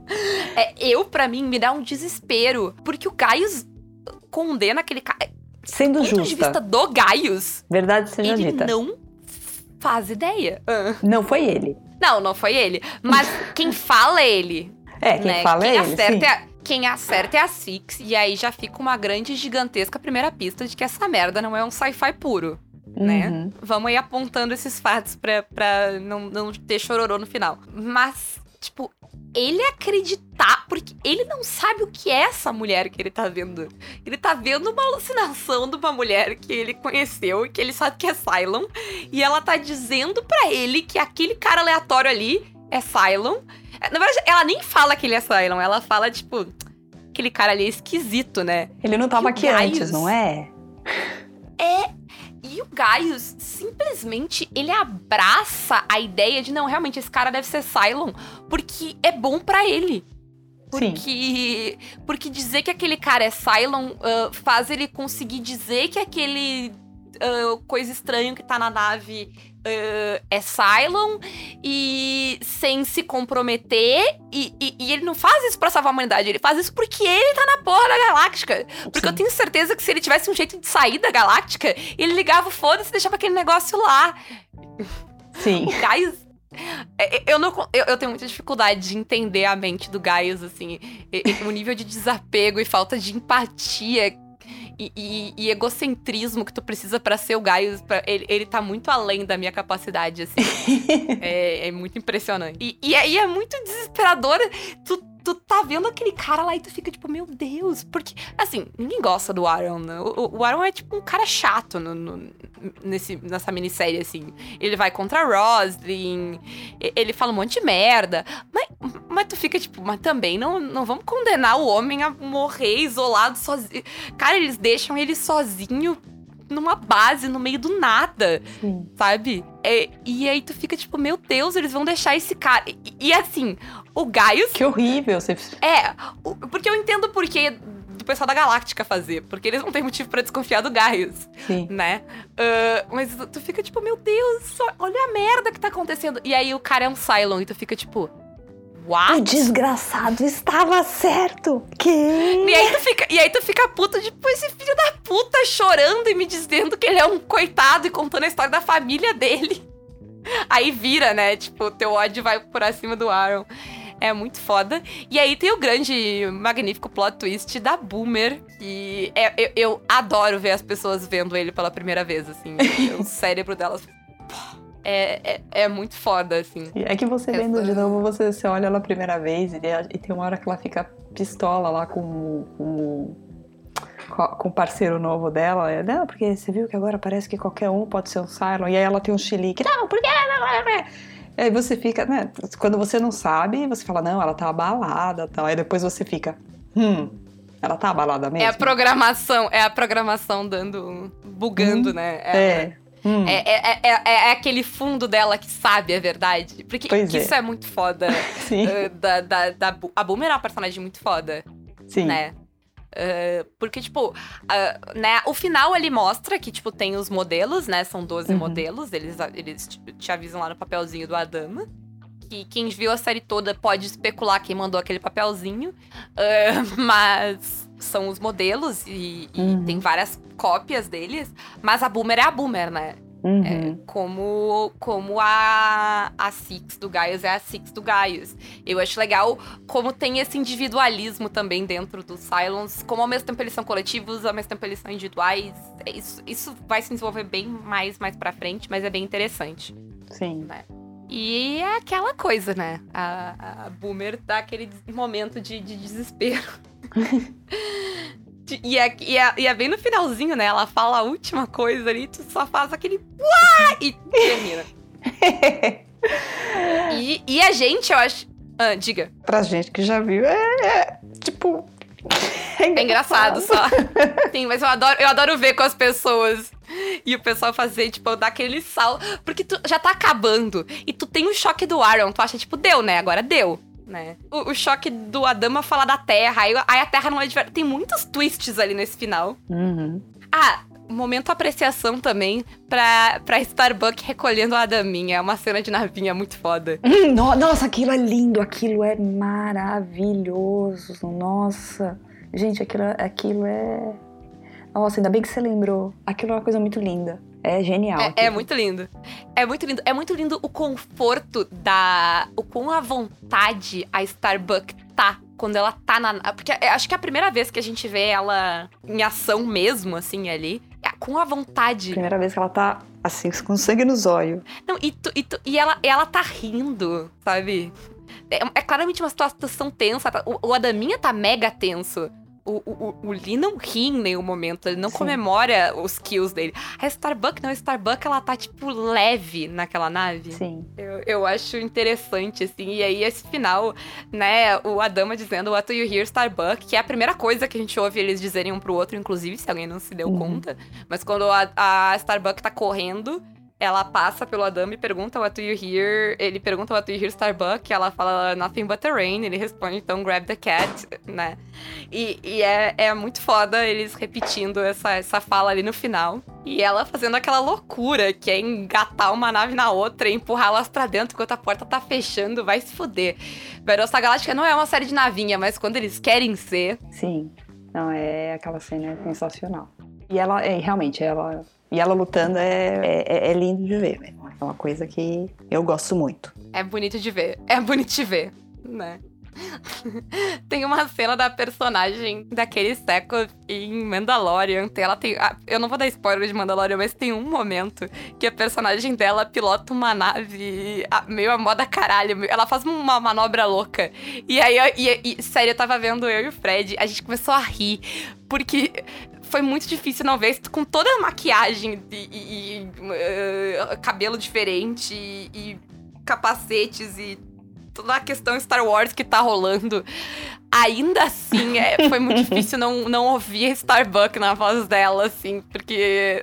É, eu, pra mim, me dá um desespero. Porque o Gaius condena aquele cara... Sendo Do ponto justa. de vista do Gaius, Verdade seja ele dita. não faz ideia. Ah. Não foi ele. Não, não foi ele. Mas quem fala é ele. É, quem né? fala quem é ele, acerta sim. é a, Quem acerta é a Six. E aí já fica uma grande, gigantesca primeira pista de que essa merda não é um sci-fi puro. Né? Uhum. Vamos aí apontando esses fatos pra, pra não, não ter chororô no final. Mas, tipo, ele acreditar, porque ele não sabe o que é essa mulher que ele tá vendo. Ele tá vendo uma alucinação de uma mulher que ele conheceu e que ele sabe que é Cylon. E ela tá dizendo pra ele que aquele cara aleatório ali é Cylon. Na verdade, ela nem fala que ele é Cylon, ela fala, tipo, aquele cara ali é esquisito, né? Ele não tava E o aqui Gaius- antes, não é? É... E o Gaius, simplesmente, ele abraça a ideia de, não, realmente, esse cara deve ser Cylon, porque é bom pra ele. Sim. Porque, porque dizer que aquele cara é Cylon ah, faz ele conseguir dizer que aquele ah, coisa estranha que tá na nave ah, é Cylon, e sem se comprometer, e, e, e ele não faz isso pra salvar a humanidade, ele faz isso porque ele tá na porra da galáctica. Porque Sim. eu tenho certeza que se ele tivesse um jeito de sair da galáctica, ele ligava o foda-se e deixava aquele negócio lá. Sim. O Gaius... é, Eu, não, eu, eu tenho muita dificuldade de entender a mente do Gaius, assim. E- e O nível de desapego e falta de empatia e, e- e egocentrismo que tu precisa pra ser o Gaius. Pra, ele, ele tá muito além da minha capacidade, assim. É, é muito impressionante. E, e aí é muito desesperador. Tu, tu tá vendo aquele cara lá e tu fica tipo, meu Deus. Porque, assim, ninguém gosta do Aaron, né? O, o Aaron é tipo um cara chato no, no- nesse, nessa minissérie, assim. Ele vai contra a Roslin, e- ele fala um monte de merda. Mas, mas tu fica tipo, mas também não, não vamos condenar o homem a morrer isolado sozinho. Cara, eles deixam ele sozinho numa base, no meio do nada. Sim. Sabe? É, e aí tu fica tipo, meu Deus, eles vão deixar esse cara. E, e assim, o Gaius. Que horrível. Você... É, o- porque eu entendo o porquê do pessoal da Galáctica fazer. Porque eles não têm motivo pra desconfiar do Gaius, Sim. né? Ah, mas tu fica tipo, meu Deus, olha a merda que tá acontecendo. E aí o cara é um Cylon e tu fica tipo, O what? desgraçado estava certo. Que? E aí tu fica, e aí tu fica puto, tipo, esse filho da puta chorando e me dizendo que ele é um coitado e contando a história da família dele. Aí vira, né? Tipo, teu ódio vai por acima do Aaron. É muito foda. E aí tem o grande, magnífico plot twist da Boomer. Que é- eu, eu adoro ver as pessoas vendo ele pela primeira vez, assim. O cérebro delas... É, é, é muito foda, assim. É que você Essa- vendo de novo, você, você olha ela a primeira vez e, e tem uma hora que ela fica pistola lá com o, com, o- com o parceiro novo dela. É, não, porque você viu que agora parece que qualquer um pode ser um Cylon. E aí ela tem um chilique. Não, por quê? E aí você fica, né? Quando você não sabe, você fala, não, ela tá abalada e tal. Aí depois você fica, hum, ela tá abalada mesmo? É a programação, é a programação dando... bugando, Hum, né? É. Hum. É, é, é, é- é aquele fundo dela que sabe a verdade. Porque Pois é. isso é muito foda. Sim, uh, da, da, da Bu- a Boomer é uma personagem muito foda, sim. né? Uh, porque, tipo, uh, né, o final ele mostra que, tipo, tem os modelos, né? São doze Uhum. modelos. Eles, eles tipo, te avisam lá no papelzinho do Adama. Que quem viu a série toda pode especular quem mandou aquele papelzinho. Uh, mas são os modelos e, e Uhum. tem várias cópias deles. Mas a Boomer é a Boomer, né? Uhum. É, como como a, a Six do Gaius é a Six do Gaius. Eu acho legal como tem esse individualismo também dentro dos Cylons, como ao mesmo tempo eles são coletivos, ao mesmo tempo eles são individuais. Isso, isso vai se desenvolver bem mais, mais pra frente, mas é bem interessante. Sim. Né? E é aquela coisa, né? A, a Boomer dá aquele momento de, de desespero. E é, e, é, e é bem no finalzinho, né? Ela fala a última coisa ali, tu só faz aquele uá! E termina. e, e a gente, eu acho... Ah, diga. Pra gente que já viu, é, é tipo... É engraçado, só. Sim, mas eu adoro, eu adoro ver com as pessoas. E o pessoal fazer, tipo, dar aquele sal. Porque tu já tá acabando. E tu tem o choque do Aaron. Tu acha, tipo, deu, né? Agora deu. Né? O, o choque do Adama falar da Terra. Aí, aí a Terra não é de verdade. Tem muitos twists ali nesse final. Uhum. Ah, momento apreciação também pra, pra Starbuck recolhendo a Adaminha. É uma cena de navinha muito foda. Hum, no, nossa, aquilo é lindo. Aquilo é maravilhoso. Nossa. Gente, aquilo, aquilo é... Nossa, ainda bem que você lembrou. Aquilo é uma coisa muito linda. É genial. É, é muito lindo. É muito lindo. É muito lindo o conforto da... O quão à vontade a Starbuck tá quando ela tá na... Porque acho que é a primeira vez que a gente vê ela em ação mesmo, assim, ali. É, com a vontade. Primeira vez que ela tá, assim, com sangue nos olhos. Não, e, tu, e, tu, e ela, ela tá rindo, sabe? É, é claramente uma situação tensa. Tá? O, o Adaminha tá mega tenso. O, o, o Lee não ri em nenhum momento, ele não Sim. comemora os kills dele. A Starbuck não, a Starbuck ela tá, tipo, leve naquela nave. Sim. Eu, eu acho interessante, assim, e aí esse final, né, o Adama dizendo What do you hear, Starbuck, que é a primeira coisa que a gente ouve eles dizerem um pro outro, inclusive, se alguém não se deu uhum. conta. Mas quando a, a Starbuck tá correndo, ela passa pelo Adama e pergunta What do you hear? Ele pergunta What do you hear, Starbuck? Ela fala Nothing but the rain. Ele responde, então, grab the cat, né? E, e é, é muito foda eles repetindo essa, essa fala ali no final. E ela fazendo aquela loucura, que é engatar uma nave na outra e empurrá-las pra dentro enquanto a porta tá fechando. Vai se fuder. Battlestar Galactica não é uma série de navinha, mas quando eles querem ser... Sim. Não, é aquela cena sensacional. E ela, é, realmente, ela... E ela lutando é, é, é lindo de ver, né? É uma coisa que eu gosto muito. É bonito de ver. É bonito de ver, né? Tem uma cena da personagem daquele século em Mandalorian. Ela tem, eu não vou dar spoiler de Mandalorian, mas tem um momento que a personagem dela pilota uma nave meio a moda caralho. Ela faz uma manobra louca. E aí, e, e, sério, eu tava vendo eu e o Fred, a gente começou a rir. Porque... foi muito difícil não ver com toda a maquiagem e, e, e uh, cabelo diferente e, e capacetes e toda a questão Star Wars que tá rolando. Ainda assim, é, foi muito difícil não, não ouvir Starbuck na voz dela, assim, porque...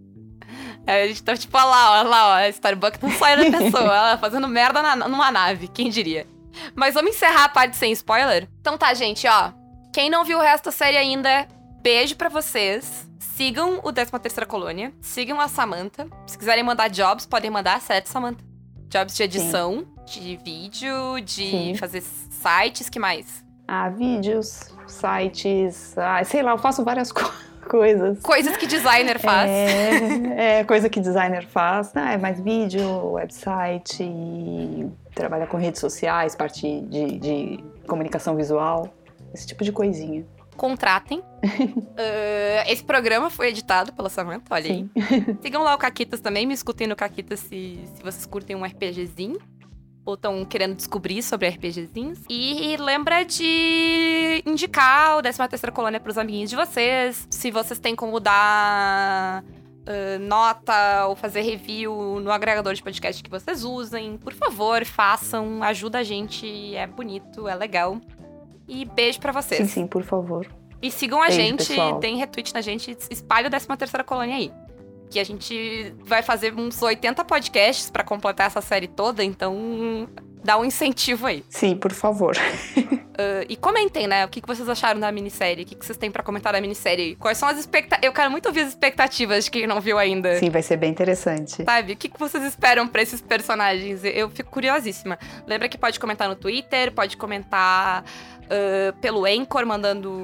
a gente tá tipo, olha lá, olha lá, ó, a Starbuck não sai da pessoa, ela fazendo merda na, numa nave, quem diria? Mas vamos encerrar a parte sem spoiler? Então tá, gente, ó. Quem não viu o resto da série ainda... beijo pra vocês. Sigam o décima terceira Colônia. Sigam a Samantha. Se quiserem mandar jobs, podem mandar. Certo, Samantha? Jobs de edição, Sim. de vídeo, de Sim. fazer sites, que mais? Ah, vídeos, sites... Ah, sei lá, eu faço várias co- coisas. Coisas que designer faz. É, é coisa que designer faz. Ah, é mais vídeo, website, trabalha com redes sociais, parte de, de comunicação visual. Esse tipo de coisinha. Contratem. uh, esse programa foi editado pela Samantha, olha Sim. aí. Sigam lá o Caquitas também, me escutem no Caquitas se, se vocês curtem um RPGzinho. Ou estão querendo descobrir sobre RPGzinhos. E lembra de indicar o décima terceira Colônia pros amiguinhos de vocês. Se vocês têm como dar uh, nota ou fazer review no agregador de podcast que vocês usem, por favor, façam. Ajuda a gente, é bonito, é legal. E beijo pra vocês. Sim, sim, por favor. E sigam a beijo, gente, pessoal. Deem retweet na gente, espalhe o décima terceira Colônia aí. Que a gente vai fazer uns oitenta podcasts pra completar essa série toda, então dá um incentivo aí. Sim, por favor. uh, e comentem, né? O que vocês acharam da minissérie? O que vocês têm pra comentar da minissérie? Quais são as expectativas? Eu quero muito ouvir as expectativas de quem não viu ainda. Sim, vai ser bem interessante. Sabe? O que vocês esperam pra esses personagens? Eu fico curiosíssima. Lembra que pode comentar no Twitter, pode comentar uh, pelo Anchor, mandando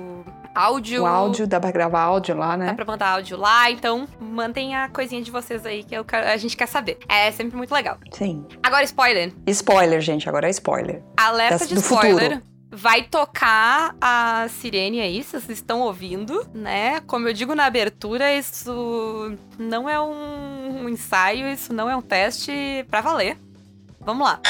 áudio. O áudio, dá pra gravar áudio lá, né? Dá pra mandar áudio lá, então mandem a coisinha de vocês aí que eu quero, a gente quer saber. É sempre muito legal. Sim. Agora, spoiler. Spoiler, gente, agora é spoiler. Alerta Das, de do spoiler. futuro. Vai tocar a sirene aí, se vocês estão ouvindo, né? Como eu digo na abertura, isso não é um, um ensaio, isso não é um teste pra valer. Vamos lá.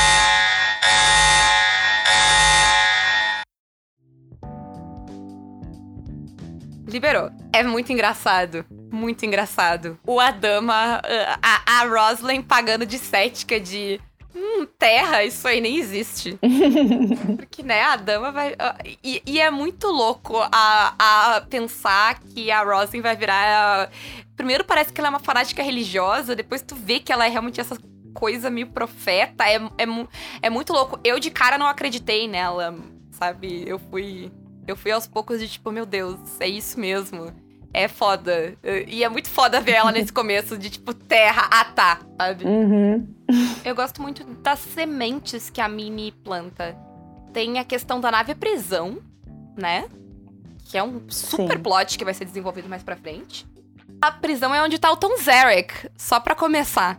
Liberou. É muito engraçado. Muito engraçado. O Adama, a, a Roslyn pagando de cética de... Hum, terra, isso aí nem existe. Porque, né, a Dama vai... E, e é muito louco a, a pensar que a Roslyn vai virar... Primeiro parece que ela é uma fanática religiosa, depois tu vê que ela é realmente essa coisa meio profeta. É, é, é muito louco. Eu, de cara, não acreditei nela, sabe? Eu fui... Eu fui aos poucos de tipo, meu Deus, é isso mesmo. É foda. E é muito foda ver ela nesse começo de tipo, terra, ah tá, sabe? Uhum. Eu gosto muito das sementes que a Minnie planta. Tem a questão da nave prisão, né? Que é um super Sim. plot que vai ser desenvolvido mais pra frente. A prisão é onde tá o Tom Zarek, só pra começar.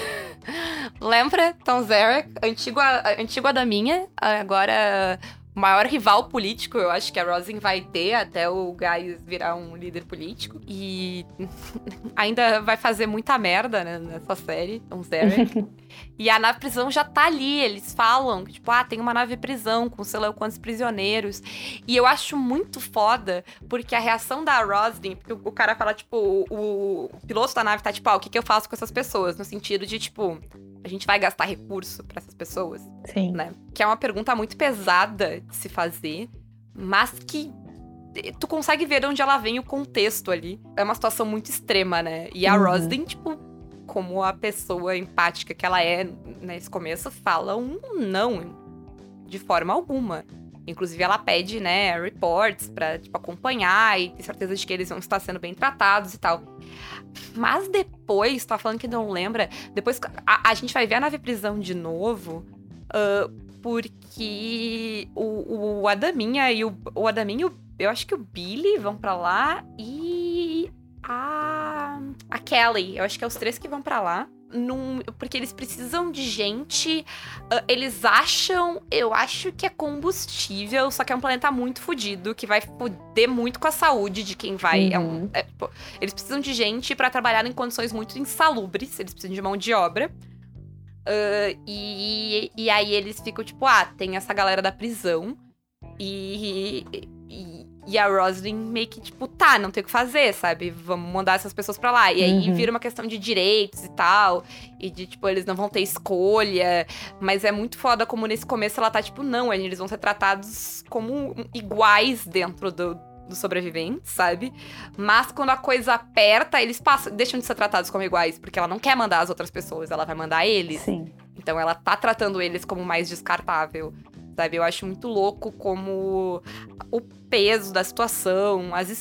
Lembra? Tom Zarek, antigo, antigo Adaminha, agora... O maior rival político, eu acho que a Roslyn vai ter até o Gaius virar um líder político. E ainda vai fazer muita merda, né, nessa série, Tom Zarek. E a nave prisão já tá ali, eles falam que, tipo, ah, tem uma nave prisão com sei lá quantos prisioneiros. E eu acho muito foda, porque a reação da Roslyn, porque o, o cara fala, tipo, o, o piloto da nave tá, tipo, ah, o que, que eu faço com essas pessoas? No sentido de, tipo... A gente vai gastar recurso pra essas pessoas? Sim. Né? Que é uma pergunta muito pesada de se fazer, mas que tu consegue ver de onde ela vem o contexto ali. É uma situação muito extrema, né? E a Uhum. Roslyn, tipo, como a pessoa empática que ela é nesse começo, fala um não, de forma alguma. Inclusive, ela pede, né, reports pra, tipo, acompanhar e ter certeza de que eles vão estar sendo bem tratados e tal. Mas depois, tá falando que não lembra, depois a, a gente vai ver a nave prisão de novo, uh, porque o, o Adaminha e o, o Adaminha, o, eu acho que o Billy vão pra lá e a, a Kelly, eu acho que é os três que vão pra lá. Num, porque eles precisam de gente, uh, eles acham, eu acho que é combustível, só que é um planeta muito fodido, que vai foder muito com a saúde de quem vai. Uhum. É um, é, pô, eles precisam de gente pra trabalhar em condições muito insalubres, eles precisam de mão de obra. Uh, e, e aí eles ficam tipo, ah, tem essa galera da prisão e... e E a Roslyn meio que, tipo, tá, não tem o que fazer, sabe? Vamos mandar essas pessoas pra lá. E aí Uhum. vira uma questão de direitos e tal. E de, tipo, eles não vão ter escolha. Mas é muito foda como nesse começo ela tá, tipo, não, eles vão ser tratados como iguais dentro do, dos sobreviventes, sabe? Mas quando a coisa aperta, eles passam, deixam de ser tratados como iguais. Porque ela não quer mandar as outras pessoas, ela vai mandar eles. Sim. Então ela tá tratando eles como mais descartável. Sabe, eu acho muito louco como o peso da situação, as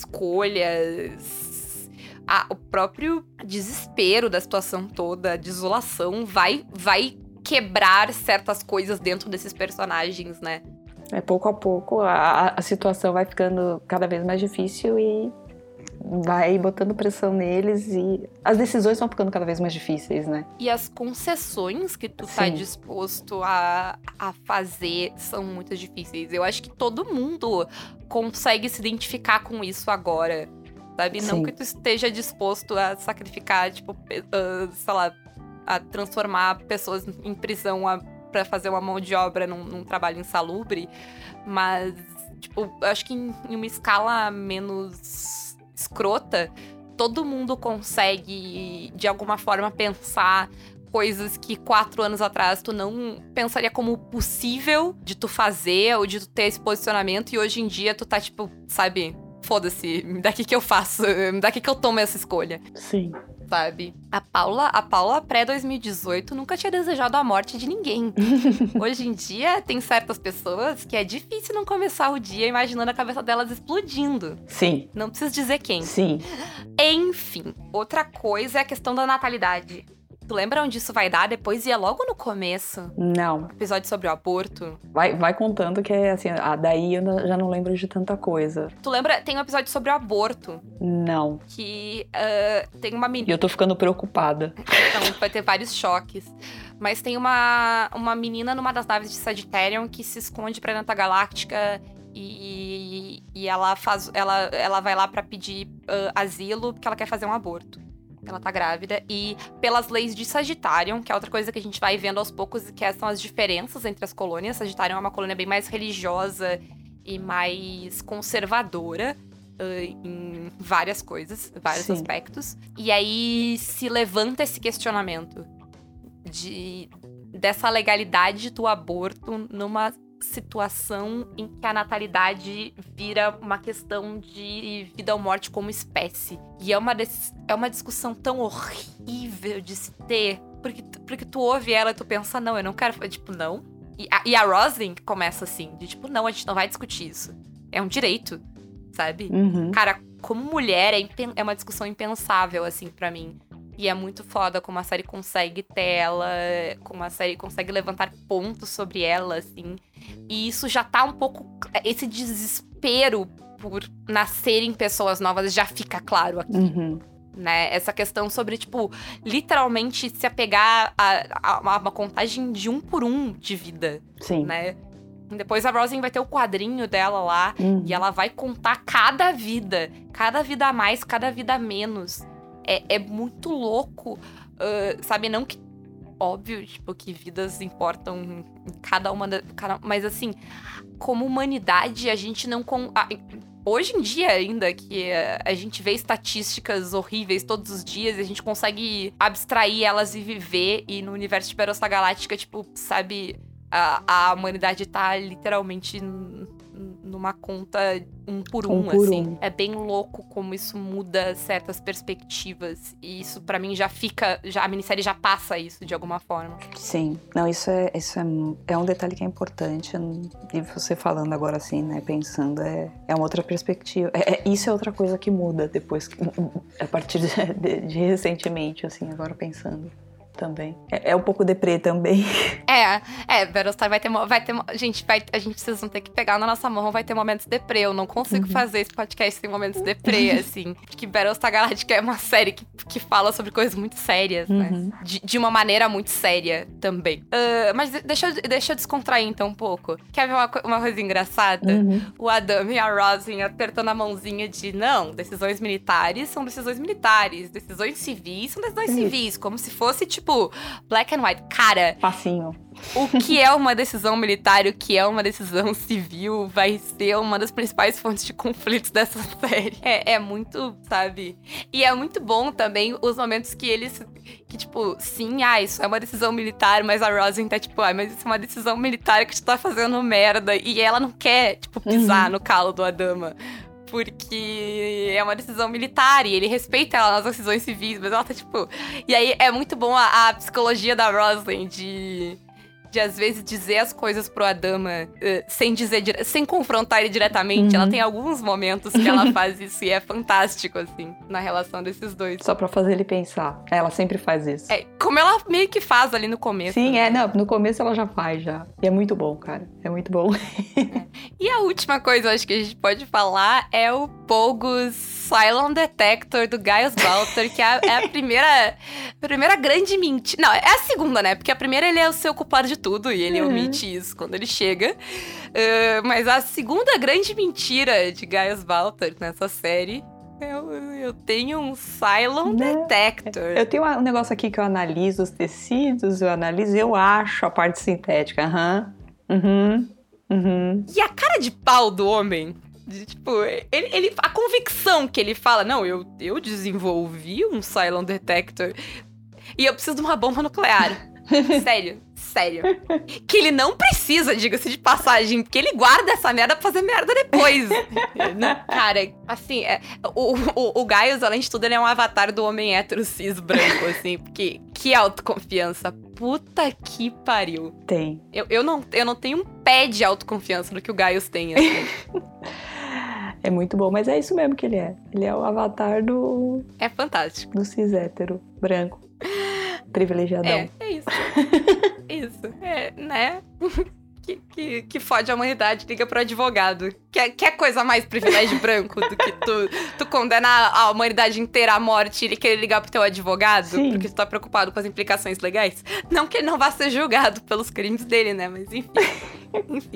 escolhas, a, o próprio desespero da situação toda, a desolação, vai, vai quebrar certas coisas dentro desses personagens, né? É, pouco a pouco a, a situação vai ficando cada vez mais difícil e vai botando pressão neles e as decisões vão ficando cada vez mais difíceis, né? E as concessões que tu tá Sim. disposto a, a fazer são muito difíceis. Eu acho que todo mundo consegue se identificar com isso agora, sabe? Não Sim. que tu esteja disposto a sacrificar, tipo, uh, sei lá, a transformar pessoas em prisão a, pra fazer uma mão de obra num, num trabalho insalubre, mas, tipo, eu acho que em, em uma escala menos escrota, todo mundo consegue, de alguma forma, pensar coisas que quatro anos atrás tu não pensaria como possível de tu fazer ou de tu ter esse posicionamento, e hoje em dia tu tá, tipo, sabe, foda-se, me dá aqui que eu faço, me dá aqui que eu tomo essa escolha. Sim. Sabe? A Paula, a Paula pré-dois mil e dezoito nunca tinha desejado a morte de ninguém. Hoje em dia, tem certas pessoas que é difícil não começar o dia imaginando a cabeça delas explodindo. Sim. Não preciso dizer quem. Sim. Enfim, outra coisa é a questão da natalidade. Tu lembra onde isso vai dar depois? E é logo no começo. Não. Episódio sobre o aborto. Vai, vai contando que é assim, ah, daí eu já não lembro de tanta coisa. Tu lembra? Tem um episódio sobre o aborto. Não. Que uh, tem uma menina... E eu tô ficando preocupada. Então, vai ter vários choques. Mas tem uma, uma menina numa das naves de Sagittarian que se esconde pra dentro da galáctica e, e ela, faz, ela, ela vai lá pra pedir uh, asilo porque ela quer fazer um aborto. Ela tá grávida. E pelas leis de Sagittarian, que é outra coisa que a gente vai vendo aos poucos, que são as diferenças entre as colônias. Sagittarian é uma colônia bem mais religiosa e mais conservadora. Uh, em várias coisas, vários Sim. aspectos. E aí se levanta esse questionamento de, dessa legalidade do aborto numa situação em que a natalidade vira uma questão de vida ou morte como espécie. E é uma, des, é uma discussão tão horrível de se ter, porque, porque tu ouve ela e tu pensa, não, eu não quero... Tipo, não. E a, e a Rosalind começa assim, de tipo, não, a gente não vai discutir isso. É um direito, sabe? Uhum. Cara, como mulher, é, impen- é uma discussão impensável, assim, pra mim. E é muito foda como a série consegue ter ela, como a série consegue levantar pontos sobre ela, assim. E isso já tá um pouco... Esse desespero por nascerem pessoas novas já fica claro aqui. Uhum. Né? Essa questão sobre, tipo, literalmente se apegar a, a, a uma contagem de um por um de vida. Sim. Né? Depois a Rosalind vai ter o quadrinho dela lá, uhum. e ela vai contar cada vida. Cada vida a mais, cada vida a menos. É, é muito louco, uh, sabe? Não que... Óbvio, tipo, que vidas importam em cada uma... Da, cada, mas, assim, como humanidade, a gente não... Com, a, hoje em dia, ainda, que a, a gente vê estatísticas horríveis todos os dias, e a gente consegue abstrair elas e viver, e no universo de Battlestar Galáctica, tipo, sabe... A, a humanidade tá literalmente n- numa conta um por um, um por assim. Um. É bem louco como isso muda certas perspectivas. E isso, pra mim, já fica... Já, a minissérie já passa isso, de alguma forma. Sim. Não, isso é, isso é, é um detalhe que é importante. E você falando agora assim, né, pensando, é, é uma outra perspectiva. É, é, isso é outra coisa que muda depois, que, a partir de, de, de recentemente, assim, agora pensando. Também. É, é um pouco deprê também. É, é, Battlestar vai ter... Vai ter gente, vai, a gente vocês vão ter que pegar na nossa mão, vai ter momentos deprê. Eu não consigo uhum. fazer esse podcast sem momentos deprê, assim. Porque Battlestar Galactica é uma série que, que fala sobre coisas muito sérias, uhum. né? De, de uma maneira muito séria também. Uh, mas deixa, eu, deixa eu descontrair então um pouco. Quer ver uma, uma coisa engraçada? Uhum. O Adam e a Rosalind apertando a mãozinha de, não, decisões militares são decisões militares, decisões civis são decisões uhum. civis. Como se fosse, tipo, black and white. Cara, facinho. O que é uma decisão militar e o que é uma decisão civil vai ser uma das principais fontes de conflitos dessa série. É, é muito, sabe? E é muito bom também os momentos que eles... Que, tipo, sim, ah, isso é uma decisão militar, mas a Rosalind tá, tipo, ah, mas isso é uma decisão militar que tu tá fazendo merda. E ela não quer, tipo, pisar uhum. no calo do Adama. Porque é uma decisão militar e ele respeita ela nas decisões civis, mas ela tá, tipo... E aí é muito bom a, a psicologia da Rosalind de... De, às vezes, dizer as coisas pro Adama uh, sem dizer, dire... sem confrontar ele diretamente. Uhum. Ela tem alguns momentos que ela faz isso e é fantástico, assim, na relação desses dois. Só pra fazer ele pensar. Ela sempre faz isso. É, como ela meio que faz ali no começo. Sim, né? é, não, no começo ela já faz, já. E é muito bom, cara. É muito bom. É. E a última coisa, eu acho que a gente pode falar é o Pogus Cylon Detector do Gaius Baltar, que é a, é a primeira, a primeira grande mentira. Não, é a segunda, né? Porque a primeira ele é o seu culpado de tudo e ele uhum. omite isso quando ele chega. Uh, mas a segunda grande mentira de Gaius Baltar nessa série... Eu, eu tenho um Cylon né? Detector. Eu tenho um negócio aqui que eu analiso os tecidos, eu analiso e eu acho a parte sintética. Aham. Uhum. Uhum. Uhum. E a cara de pau do homem... De, tipo, ele, ele, a convicção que ele fala, não, eu, eu desenvolvi um Cylon Detector e eu preciso de uma bomba nuclear. Sério, sério. Que ele não precisa, diga-se de passagem, porque ele guarda essa merda pra fazer merda depois. Não, cara, assim, é, o, o, o Gaius, além de tudo, ele é um avatar do homem hétero cis branco, assim, porque que autoconfiança. Puta que pariu. Tem. Eu, eu, não, eu não tenho um pé de autoconfiança no que o Gaius tem, assim. É muito bom, mas é isso mesmo que ele é. Ele é o avatar do... É fantástico. Do cis hétero branco. privilegiadão. É, é isso. Isso, é, né? Que, que, que fode a humanidade, liga pro advogado. Quer, quer coisa mais privilégio branco do que tu, tu condenar a humanidade inteira à morte e ele querer ligar pro teu advogado? Sim. Porque tu tá preocupado com as implicações legais? Não que ele não vá ser julgado pelos crimes dele, né? Mas enfim. Enfim.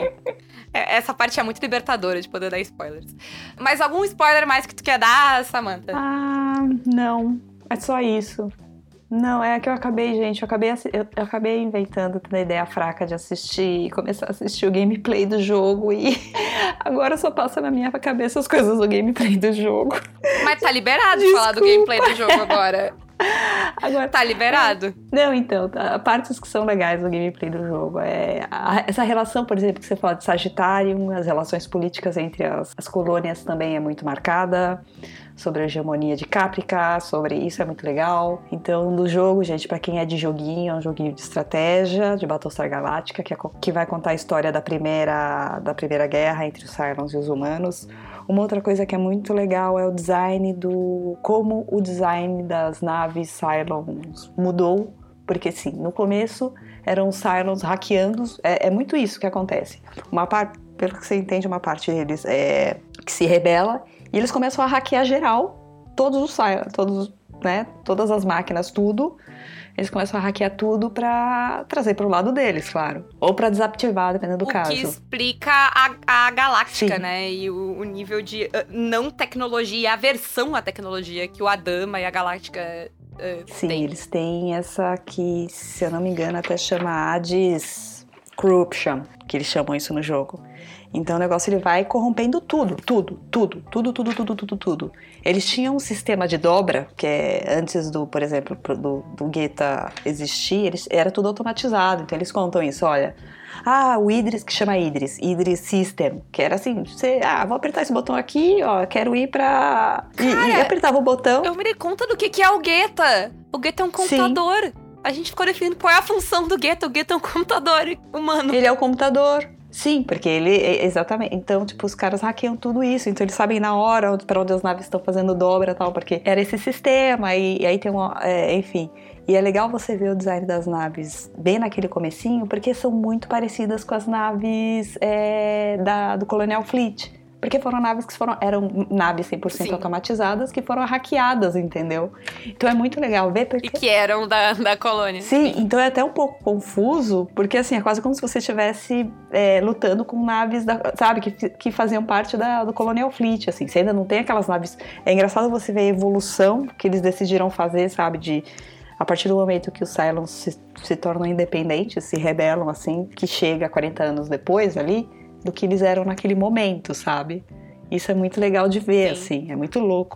É, essa parte é muito libertadora de poder dar spoilers. Mas algum spoiler mais que tu quer dar, Samantha? Ah, não. É só isso. Não, é que eu acabei, gente, eu acabei, eu, eu acabei inventando a ideia fraca de assistir, começar a assistir o gameplay do jogo e agora só passa na minha cabeça as coisas do gameplay do jogo. Mas tá liberado de falar do gameplay do jogo agora. Agora tá liberado? Não, então, tá, partes que são legais do gameplay do jogo. É a, essa relação, por exemplo, que você fala de Sagitário, as relações políticas entre as, as colônias também é muito marcada. Sobre a hegemonia de Caprica, sobre isso é muito legal. Então, do jogo, gente, pra quem é de joguinho, é um joguinho de estratégia, de Battlestar Galactica, que, é, que vai contar a história da primeira, da primeira guerra entre os Cylons e os humanos. Uma outra coisa que é muito legal é o design do... como o design das naves Cylons mudou. Porque, sim, no começo eram os Cylons hackeando. É, é muito isso que acontece. Uma parte, pelo que você entende, uma parte deles é que se rebela. E eles começam a hackear geral, todos os Cylons, todos, né, todas as máquinas, tudo. Eles começam a hackear tudo pra trazer pro lado deles, claro. Ou pra desativar, dependendo do o caso. O que explica a, a galáctica, Sim. né? E o, o nível de uh, não tecnologia, aversão à tecnologia que o Adama e a galáctica uh, Sim, têm. eles têm essa que, se eu não me engano, até chama Hades Corruption, que eles chamam isso no jogo. Então o negócio ele vai corrompendo tudo, tudo, tudo, tudo, tudo, tudo, tudo, tudo. Eles tinham um sistema de dobra, que é antes do, por exemplo, do, do Geta existir, eles, era tudo automatizado. Então eles contam isso, olha, ah, o Idris, que chama Idris, Idris System, que era assim, você, ah, vou apertar esse botão aqui, ó, quero ir pra... Cara, e, e apertava o botão. Eu me dei conta do que, que é o Geta. O Geta é um computador. Sim. A gente ficou definindo qual é a função do Geta. O Geta é um computador humano. Ele é o computador. Sim, porque ele, exatamente, então, tipo, os caras hackeiam tudo isso, então eles sabem na hora pra onde as naves estão fazendo dobra e tal, porque era esse sistema, e, e aí tem uma, é, enfim, e é legal você ver o design das naves bem naquele comecinho, porque são muito parecidas com as naves é, da, do Colonial Fleet, porque foram naves que foram, eram naves cem por cento Sim. automatizadas que foram hackeadas, entendeu? Então é muito legal ver porque... E que eram da, da colônia. Sim, Sim, então é até um pouco confuso, porque assim, é quase como se você estivesse é, lutando com naves, da, sabe, que, que faziam parte da, do Colonial Fleet, assim, você ainda não tem aquelas naves... É engraçado você ver a evolução que eles decidiram fazer, sabe, de... A partir do momento que os Cylons se, se tornam independentes, se rebelam, assim, que chega quarenta anos depois ali... do que eles eram naquele momento, sabe? Isso é muito legal de ver, Sim. assim, é muito louco.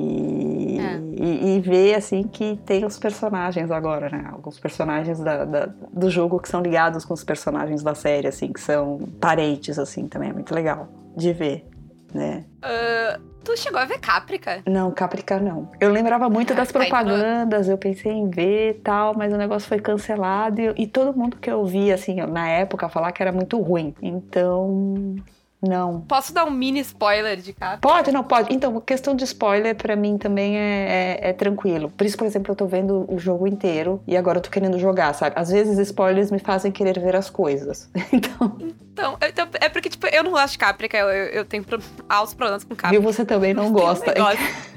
E, é. e, e ver, assim, que tem os personagens agora, né? Alguns personagens da, da, do jogo que são ligados com os personagens da série, assim, que são parentes, assim, também é muito legal de ver, né? Uh... Tu chegou a ver Caprica? Não, Caprica não. Eu lembrava muito ah, das propagandas, eu pensei em ver e tal, mas o negócio foi cancelado e, e todo mundo que eu vi, assim, na época, falar que era muito ruim. Então, não. Posso dar um mini spoiler de Caprica? Pode, não, pode. Então, questão de spoiler pra mim também é, é, é tranquilo. Por isso, por exemplo, eu tô vendo o jogo inteiro e agora eu tô querendo jogar, sabe? Às vezes spoilers me fazem querer ver as coisas. Então... Então, então, é porque, tipo, eu não gosto de Caprica, eu, eu, eu tenho altos problemas com Caprica. Viu? Você também não gosta. Um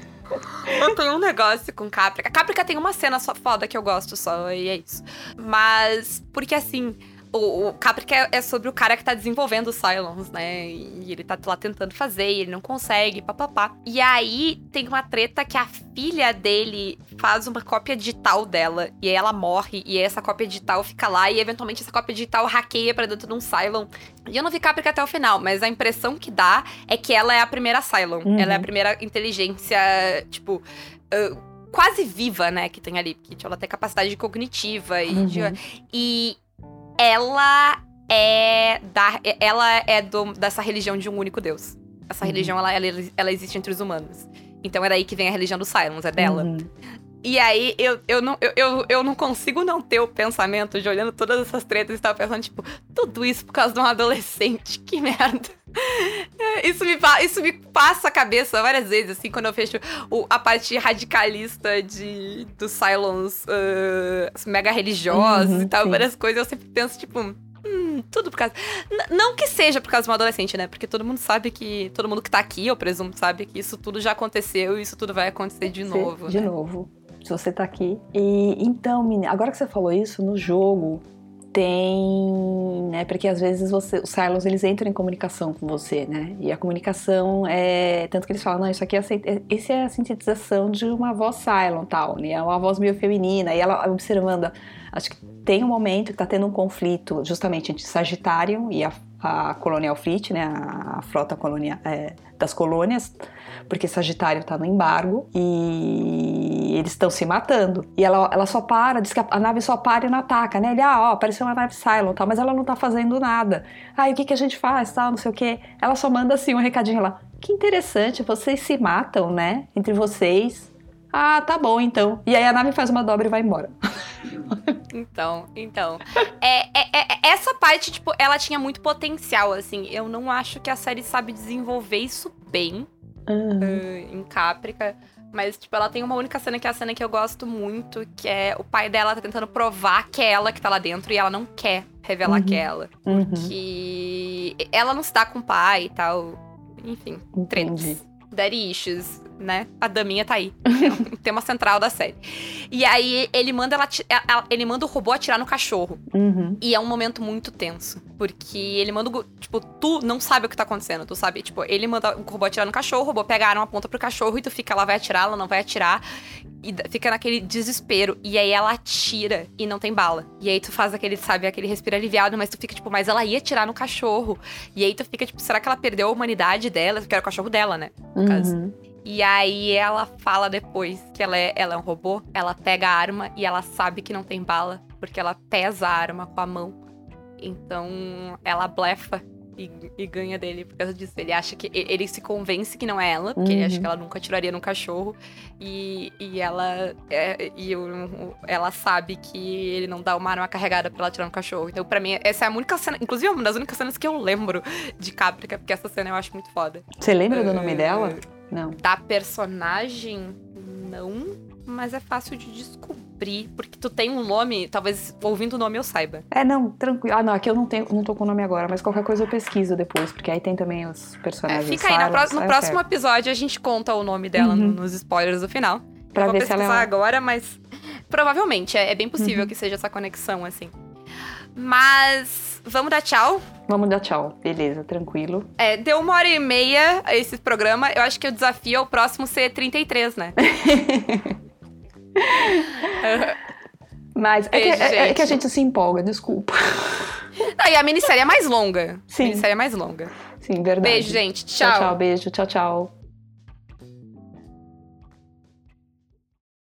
eu tenho um negócio com Caprica. Caprica tem uma cena só foda que eu gosto só, e é isso. Mas, porque assim... O, o Caprica é, é sobre o cara que tá desenvolvendo os Cylons, né? E ele tá lá tentando fazer, e ele não consegue, papapá. E aí, tem uma treta que a filha dele faz uma cópia digital dela. E aí ela morre, e essa cópia digital fica lá, e eventualmente essa cópia digital hackeia pra dentro de um Cylon. E eu não vi Caprica até o final, mas a impressão que dá é que ela é a primeira Cylon. Uhum. Ela é a primeira inteligência, tipo... Uh, quase viva, né, que tem ali. Porque tipo, ela tem capacidade cognitiva e... Uhum. De, e ela é da, ela é do, dessa religião de um único Deus. Essa uhum. religião, ela, ela, ela existe entre os humanos. Então é daí que vem a religião dos Cylons, é dela. Uhum. E aí, eu, eu, não, eu, eu, eu não consigo não ter o pensamento de olhando todas essas tretas e tava pensando, tipo, tudo isso por causa de um adolescente, que merda. Isso me, isso me passa a cabeça várias vezes, assim, quando eu fecho o, a parte radicalista de, dos Cylons uh, mega religiosos uhum, e tal, sim. várias coisas, eu sempre penso, tipo... Hum, tudo por causa... N- não que seja por causa de um adolescente, né? Porque todo mundo sabe que... Todo mundo que tá aqui, eu presumo, sabe que isso tudo já aconteceu e isso tudo vai acontecer de Sim, novo, de né? novo. Se você tá aqui. E então, menina, agora que você falou isso, no jogo tem, né? Porque às vezes você, os Cylons, eles entram em comunicação com você, né? E a comunicação é... Tanto que eles falam, não, isso aqui é, esse é a sintetização de uma voz Cylon, tal, né? É uma voz meio feminina. E ela observando... Acho que tem um momento que tá tendo um conflito justamente entre Sagitário e a, a Colonial Fleet, né? A, a frota colonial, é, das colônias, porque Sagitário tá no embargo e eles estão se matando. E ela, ela só para, diz que a, a nave só para e não ataca, né? Ele, ah, ó, apareceu uma nave Cylon, tal, mas ela não tá fazendo nada. Ah, e o que que a gente faz, tal, não sei o quê. Ela só manda assim um recadinho lá. Que interessante, vocês se matam, né? Entre vocês. Ah, tá bom, então. E aí a nave faz uma dobra e vai embora. Então, então. É, é, é, essa parte, tipo, ela tinha muito potencial, assim. Eu não acho que a série sabe desenvolver isso bem uhum. uh, em Caprica. Mas, tipo, ela tem uma única cena que é a cena que eu gosto muito, que é o pai dela tá tentando provar que é ela que tá lá dentro e ela não quer revelar uhum. que é ela. Porque uhum. ela não se dá com o pai e tal. Enfim, tretas. Daddy issues, né? A daminha tá aí. É um tema central da série. E aí, ele manda, ela, ele manda o robô atirar no cachorro. Uhum. E é um momento muito tenso. Porque ele manda, tipo, tu não sabe o que tá acontecendo. Tu sabe, tipo, ele manda o robô atirar no cachorro, o robô pega a arma, aponta pro cachorro e tu fica, ela vai atirar, ela não vai atirar. E fica naquele desespero. E aí ela atira e não tem bala. E aí tu faz aquele, sabe, aquele respiro aliviado, mas tu fica, tipo, mas ela ia atirar no cachorro. E aí tu fica, tipo, será que ela perdeu a humanidade dela? Porque era o cachorro dela, né? No uhum. caso. E aí ela fala depois que ela é, ela é um robô, ela pega a arma e ela sabe que não tem bala, porque ela pesa a arma com a mão. Então ela blefa e, e ganha dele por causa disso. Ele acha que. Ele se convence que não é ela, porque uhum. ele acha que ela nunca atiraria no cachorro. E, e ela. É, e o, ela sabe que ele não dá uma arma carregada pra ela atirar no cachorro. Então, pra mim, essa é a única cena. Inclusive, é uma das únicas cenas que eu lembro de Caprica, porque essa cena eu acho muito foda. Você lembra uh, do nome dela? Não. Da personagem, não. Mas é fácil de descobrir. Porque tu tem um nome, talvez ouvindo o nome eu saiba. É, não, tranquilo. Ah, não, aqui eu não, tenho, não tô com o nome agora, mas qualquer coisa eu pesquiso depois, porque aí tem também os personagens. É, fica aí, no, pró- no próximo episódio a gente conta o nome dela uhum. nos spoilers do final. Pra eu ver vou se ela pesquisar é... agora, mas provavelmente é, é bem possível uhum. que seja essa conexão, assim. Mas vamos dar tchau? Vamos dar tchau, beleza, tranquilo. É, deu uma hora e meia esse programa. Eu acho que o desafio é o próximo ser trinta e três, né? Mas é, Beijo, que, é, é que a gente se empolga, desculpa. Não, e a minissérie é mais longa. Sim. A minissérie é mais longa. Sim, verdade. Beijo, gente. Tchau. Tchau, tchau, beijo. Tchau, tchau.